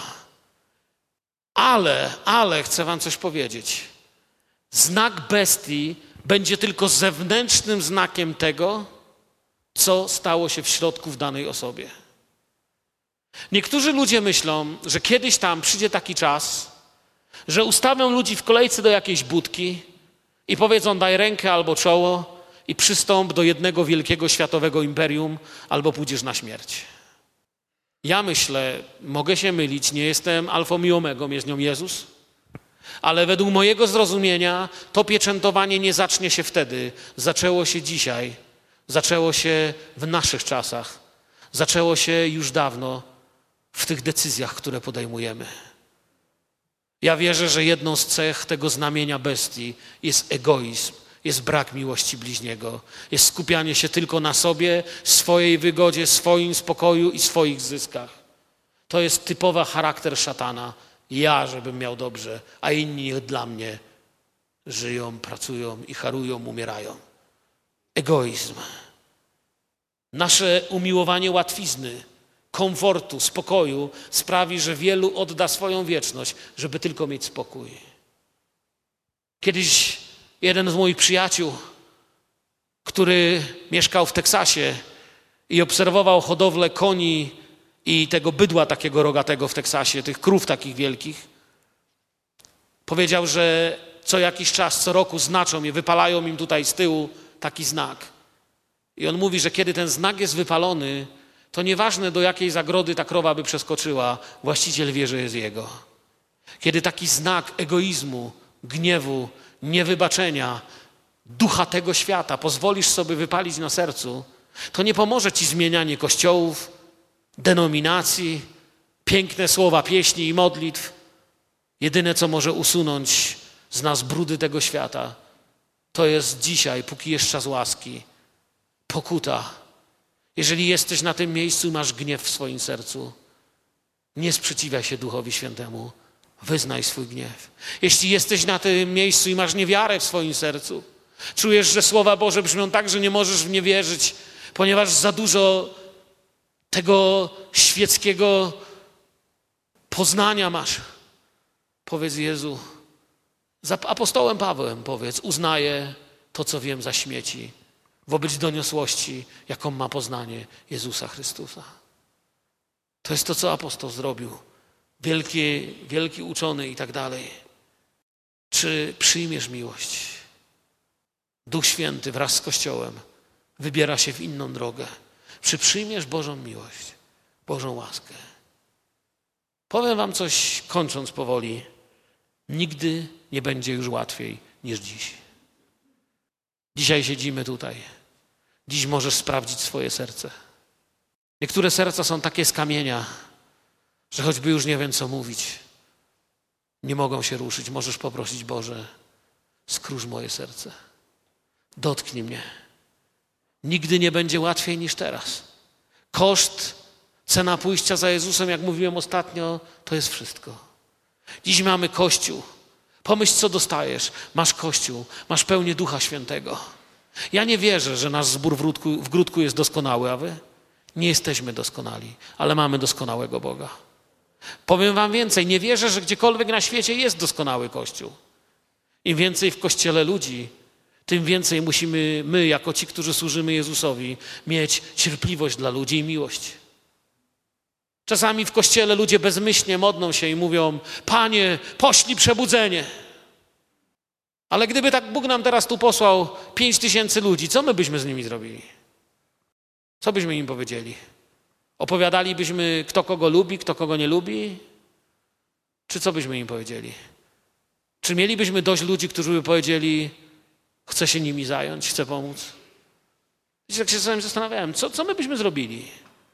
Ale chcę wam coś powiedzieć. Znak bestii będzie tylko zewnętrznym znakiem tego, co stało się w środku w danej osobie. Niektórzy ludzie myślą, że kiedyś tam przyjdzie taki czas, że ustawią ludzi w kolejce do jakiejś budki i powiedzą daj rękę albo czoło i przystąp do jednego wielkiego światowego imperium albo pójdziesz na śmierć. Ja myślę, mogę się mylić, nie jestem alfą i omegą, jest nią Jezus, ale według mojego zrozumienia to pieczętowanie nie zacznie się wtedy. Zaczęło się dzisiaj, zaczęło się w naszych czasach, zaczęło się już dawno w tych decyzjach, które podejmujemy. Ja wierzę, że jedną z cech tego znamienia bestii jest egoizm, jest brak miłości bliźniego, jest skupianie się tylko na sobie, swojej wygodzie, swoim spokoju i swoich zyskach. To jest typowy charakter szatana. Ja, żebym miał dobrze, a inni niech dla mnie żyją, pracują i harują, umierają. Egoizm. Nasze umiłowanie łatwizny, komfortu, spokoju sprawi, że wielu odda swoją wieczność, żeby tylko mieć spokój. Kiedyś jeden z moich przyjaciół, który mieszkał w Teksasie i obserwował hodowlę koni i tego bydła takiego rogatego w Teksasie, tych krów takich wielkich, powiedział, że co jakiś czas, co roku znaczą je, wypalają im tutaj z tyłu taki znak. I on mówi, że kiedy ten znak jest wypalony, to nieważne do jakiej zagrody ta krowa by przeskoczyła, właściciel wie, że jest jego. Kiedy taki znak egoizmu, gniewu, niewybaczenia, ducha tego świata pozwolisz sobie wypalić na sercu, to nie pomoże ci zmienianie kościołów, denominacji, piękne słowa pieśni i modlitw. Jedyne, co może usunąć z nas brudy tego świata, to jest dzisiaj, póki jest czas łaski, pokuta. Jeżeli jesteś na tym miejscu i masz gniew w swoim sercu, nie sprzeciwiaj się Duchowi Świętemu. Wyznaj swój gniew. Jeśli jesteś na tym miejscu i masz niewiarę w swoim sercu, czujesz, że Słowa Boże brzmią tak, że nie możesz w nie wierzyć, ponieważ za dużo tego świeckiego poznania masz. Powiedz Jezu, za apostołem Pawłem powiedz, uznaję to, co wiem za śmieci wobec doniosłości, jaką ma poznanie Jezusa Chrystusa. To jest to, co apostoł zrobił. Wielki uczony i tak dalej. Czy przyjmiesz miłość? Duch Święty wraz z Kościołem wybiera się w inną drogę. Czy przyjmiesz Bożą miłość, Bożą łaskę? Powiem wam coś, kończąc powoli. Nigdy nie będzie już łatwiej niż dziś. Dzisiaj siedzimy tutaj. Dziś możesz sprawdzić swoje serce. Niektóre serca są takie z kamienia, że choćby już nie wiem, co mówić, nie mogą się ruszyć. Możesz poprosić, Boże, skróż moje serce. Dotknij mnie. Nigdy nie będzie łatwiej niż teraz. Koszt, cena pójścia za Jezusem, jak mówiłem ostatnio, to jest wszystko. Dziś mamy Kościół. Pomyśl, co dostajesz. Masz Kościół, masz pełnię Ducha Świętego. Ja nie wierzę, że nasz zbór w Gródku jest doskonały, a wy? Nie jesteśmy doskonali, ale mamy doskonałego Boga. Powiem wam więcej, nie wierzę, że gdziekolwiek na świecie jest doskonały Kościół. Im więcej w Kościele ludzi, tym więcej musimy my, jako ci, którzy służymy Jezusowi, mieć cierpliwość dla ludzi i miłość. Czasami w Kościele ludzie bezmyślnie modlą się i mówią: Panie, poślij przebudzenie. Ale gdyby tak Bóg nam teraz tu posłał 5000 ludzi, co my byśmy z nimi zrobili? Co byśmy im powiedzieli? Opowiadalibyśmy, kto kogo lubi, kto kogo nie lubi? Czy co byśmy im powiedzieli? Czy mielibyśmy dość ludzi, którzy by powiedzieli: chcę się nimi zająć, chcę pomóc? I tak się czasami zastanawiałem, co my byśmy zrobili?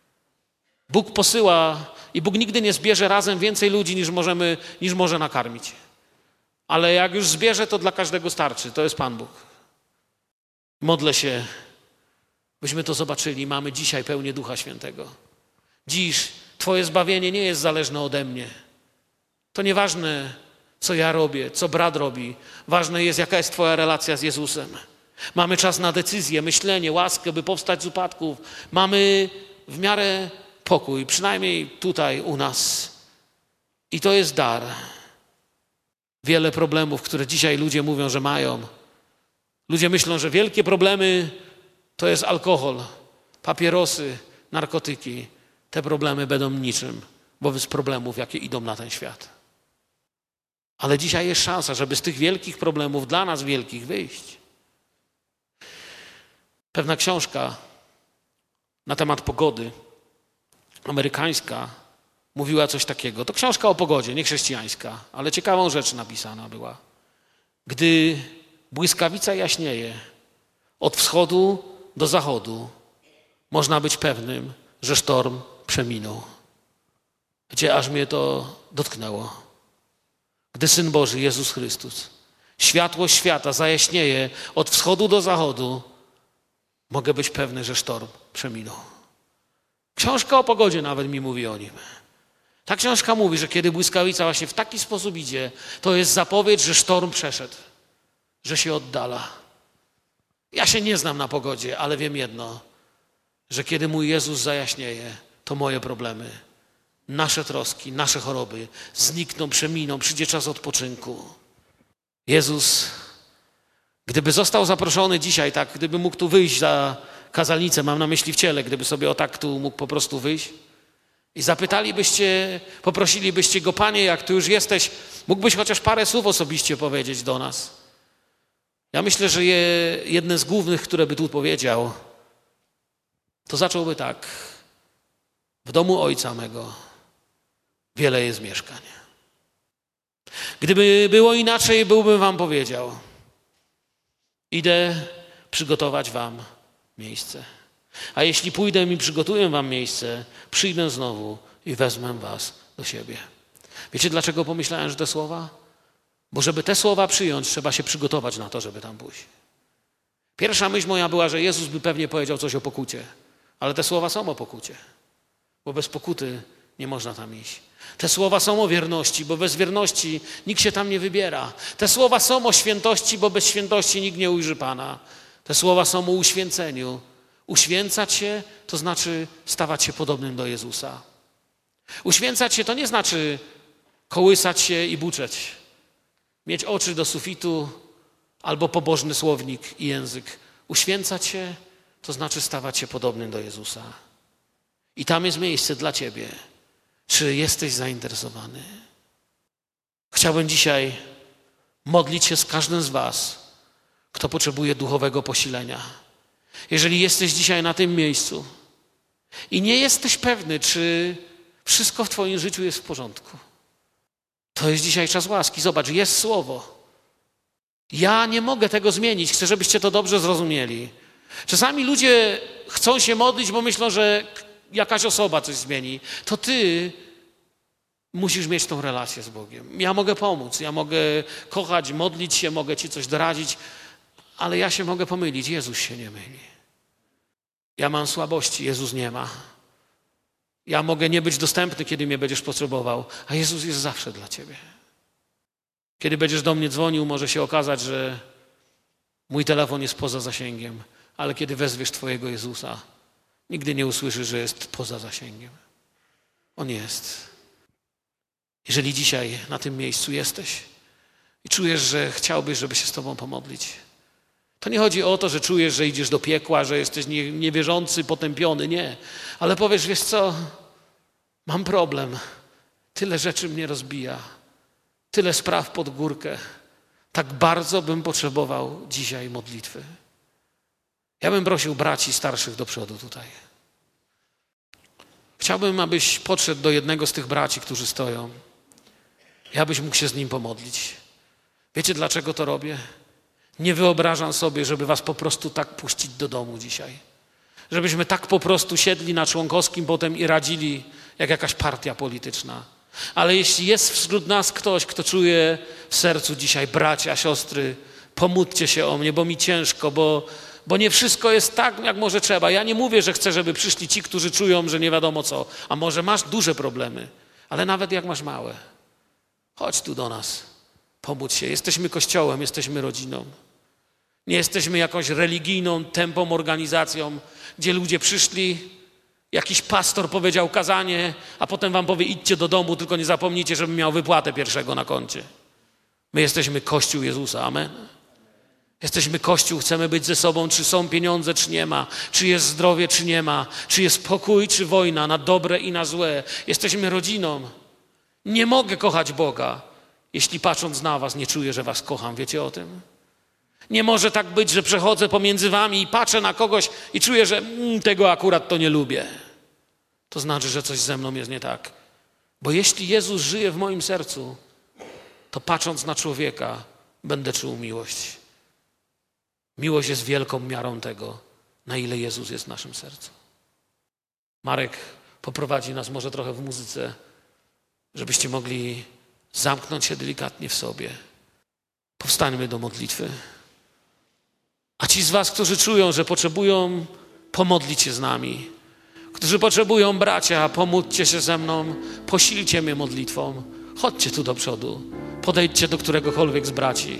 Bóg posyła i Bóg nigdy nie zbierze razem więcej ludzi, niż może nakarmić. Ale jak już zbierze, to dla każdego starczy. To jest Pan Bóg. Modlę się, byśmy to zobaczyli. Mamy dzisiaj pełnię Ducha Świętego. Dziś Twoje zbawienie nie jest zależne ode mnie. To nieważne, co ja robię, co brat robi. Ważne jest, jaka jest Twoja relacja z Jezusem. Mamy czas na decyzję, myślenie, łaskę, by powstać z upadków. Mamy w miarę pokój, przynajmniej tutaj u nas. I to jest dar. Wiele problemów, które dzisiaj ludzie mówią, że mają. Ludzie myślą, że wielkie problemy to jest alkohol, papierosy, narkotyki. Te problemy będą niczym wobec problemów, jakie idą na ten świat. Ale dzisiaj jest szansa, żeby z tych wielkich problemów, dla nas wielkich, wyjść. Pewna książka na temat pogody, amerykańska, mówiła coś takiego. To książka o pogodzie, nie chrześcijańska, ale ciekawą rzecz napisana była. Gdy błyskawica jaśnieje od wschodu do zachodu, można być pewnym, że sztorm przeminął. Wiecie, aż mnie to dotknęło. Gdy Syn Boży, Jezus Chrystus, światłość świata zajaśnieje od wschodu do zachodu, mogę być pewny, że sztorm przeminął. Książka o pogodzie nawet mi mówi o nim. Ta książka mówi, że kiedy błyskawica właśnie w taki sposób idzie, to jest zapowiedź, że sztorm przeszedł, że się oddala. Ja się nie znam na pogodzie, ale wiem jedno, że kiedy mój Jezus zajaśnieje, to moje problemy, nasze troski, nasze choroby znikną, przeminą, przyjdzie czas odpoczynku. Jezus, gdyby został zaproszony dzisiaj, tak, gdyby mógł tu wyjść za kazalnicę, mam na myśli w ciele, gdyby sobie o tak tu mógł po prostu wyjść i poprosilibyście Go: Panie, jak Tu już jesteś, mógłbyś chociaż parę słów osobiście powiedzieć do nas. Ja myślę, że jedne z głównych, które by tu powiedział, to zacząłby tak: w domu Ojca mego wiele jest mieszkań. Gdyby było inaczej, byłbym wam powiedział: idę przygotować wam miejsce. A jeśli pójdę i przygotuję wam miejsce, przyjdę znowu i wezmę was do siebie. Wiecie, dlaczego pomyślałem, że te słowa? Bo żeby te słowa przyjąć, trzeba się przygotować na to, żeby tam pójść. Pierwsza myśl moja była, że Jezus by pewnie powiedział coś o pokucie, ale te słowa są o pokucie, bo bez pokuty nie można tam iść. Te słowa są o wierności, bo bez wierności nikt się tam nie wybiera. Te słowa są o świętości, bo bez świętości nikt nie ujrzy Pana. Te słowa są o uświęceniu. Uświęcać się to znaczy stawać się podobnym do Jezusa. Uświęcać się to nie znaczy kołysać się i buczeć. Mieć oczy do sufitu albo pobożny słownik i język. Uświęcać się to znaczy stawać się podobnym do Jezusa. I tam jest miejsce dla ciebie. Czy jesteś zainteresowany? Chciałbym dzisiaj modlić się z każdym z was, kto potrzebuje duchowego posilenia. Jeżeli jesteś dzisiaj na tym miejscu i nie jesteś pewny, czy wszystko w twoim życiu jest w porządku, to jest dzisiaj czas łaski. Zobacz, jest słowo. Ja nie mogę tego zmienić. Chcę, żebyście to dobrze zrozumieli. Czasami ludzie chcą się modlić, bo myślą, że jakaś osoba coś zmieni. To ty musisz mieć tą relację z Bogiem. Ja mogę pomóc, ja mogę kochać, modlić się, mogę ci coś doradzić, ale ja się mogę pomylić. Jezus się nie myli. Ja mam słabości, Jezus nie ma. Ja mogę nie być dostępny, kiedy mnie będziesz potrzebował, a Jezus jest zawsze dla ciebie. Kiedy będziesz do mnie dzwonił, może się okazać, że mój telefon jest poza zasięgiem, ale kiedy wezwiesz twojego Jezusa, nigdy nie usłyszysz, że jest poza zasięgiem. On jest. Jeżeli dzisiaj na tym miejscu jesteś i czujesz, że chciałbyś, żeby się z tobą pomodlić, to nie chodzi o to, że czujesz, że idziesz do piekła, że jesteś niewierzący, potępiony. Nie. Ale powiesz, wiesz co, mam problem. Tyle rzeczy mnie rozbija. Tyle spraw pod górkę. Tak bardzo bym potrzebował dzisiaj modlitwy. Ja bym prosił braci starszych do przodu tutaj. Chciałbym, abyś podszedł do jednego z tych braci, którzy stoją. Ja byś mógł się z nim pomodlić. Wiecie, dlaczego to robię? Nie wyobrażam sobie, żeby was po prostu tak puścić do domu dzisiaj. Żebyśmy tak po prostu siedli na Członkowskim potem i radzili jak jakaś partia polityczna. Ale jeśli jest wśród nas ktoś, kto czuje w sercu dzisiaj, bracia, siostry, pomódlcie się o mnie, bo mi ciężko, bo nie wszystko jest tak, jak może trzeba. Ja nie mówię, że chcę, żeby przyszli ci, którzy czują, że nie wiadomo co. A może masz duże problemy, ale nawet jak masz małe. Chodź tu do nas, pomódl się. Jesteśmy Kościołem, jesteśmy rodziną. Nie jesteśmy jakąś religijną, tępą organizacją, gdzie ludzie przyszli, jakiś pastor powiedział kazanie, a potem wam powie, idźcie do domu, tylko nie zapomnijcie, żebym miał wypłatę pierwszego na koncie. My jesteśmy Kościół Jezusa, amen. Jesteśmy Kościół, chcemy być ze sobą, czy są pieniądze, czy nie ma, czy jest zdrowie, czy nie ma, czy jest pokój, czy wojna, na dobre i na złe. Jesteśmy rodziną. Nie mogę kochać Boga, jeśli patrząc na was nie czuję, że was kocham. Wiecie o tym? Nie może tak być, że przechodzę pomiędzy wami i patrzę na kogoś i czuję, że tego akurat to nie lubię. To znaczy, że coś ze mną jest nie tak. Bo jeśli Jezus żyje w moim sercu, to patrząc na człowieka będę czuł miłość. Miłość jest wielką miarą tego, na ile Jezus jest w naszym sercu. Marek poprowadzi nas może trochę w muzyce, żebyście mogli zamknąć się delikatnie w sobie. Powstańmy do modlitwy. A ci z was, którzy czują, że potrzebują pomodlić się z nami, którzy potrzebują bracia, pomódlcie się ze mną, posilcie mnie modlitwą. Chodźcie tu do przodu, podejdźcie do któregokolwiek z braci.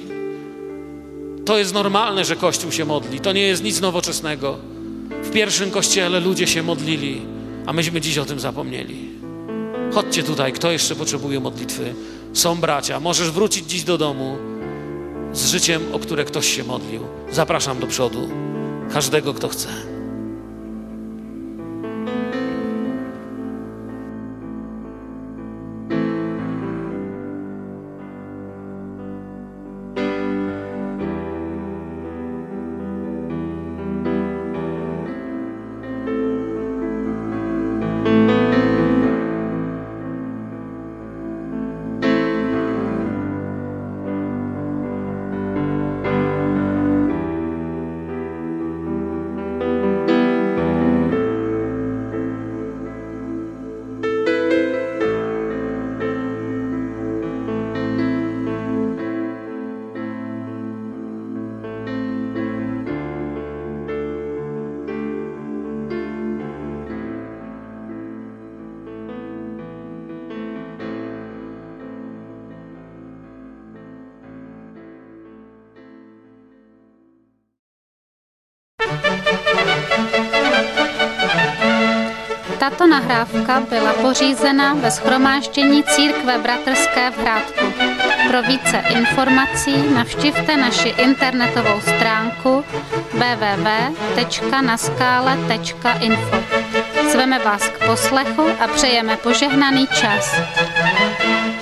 To jest normalne, że Kościół się modli. To nie jest nic nowoczesnego. W pierwszym Kościele ludzie się modlili, a myśmy dziś o tym zapomnieli. Chodźcie tutaj, kto jeszcze potrzebuje modlitwy. Są bracia, możesz wrócić dziś do domu z życiem, o które ktoś się modlił. Zapraszam do przodu każdego, kto chce. Tato nahrávka byla pořízena ve shromáždění Církve bratrské v Hrádku. Pro více informací navštivte naši internetovou stránku www.naskale.info. Zveme vás k poslechu a přejeme požehnaný čas.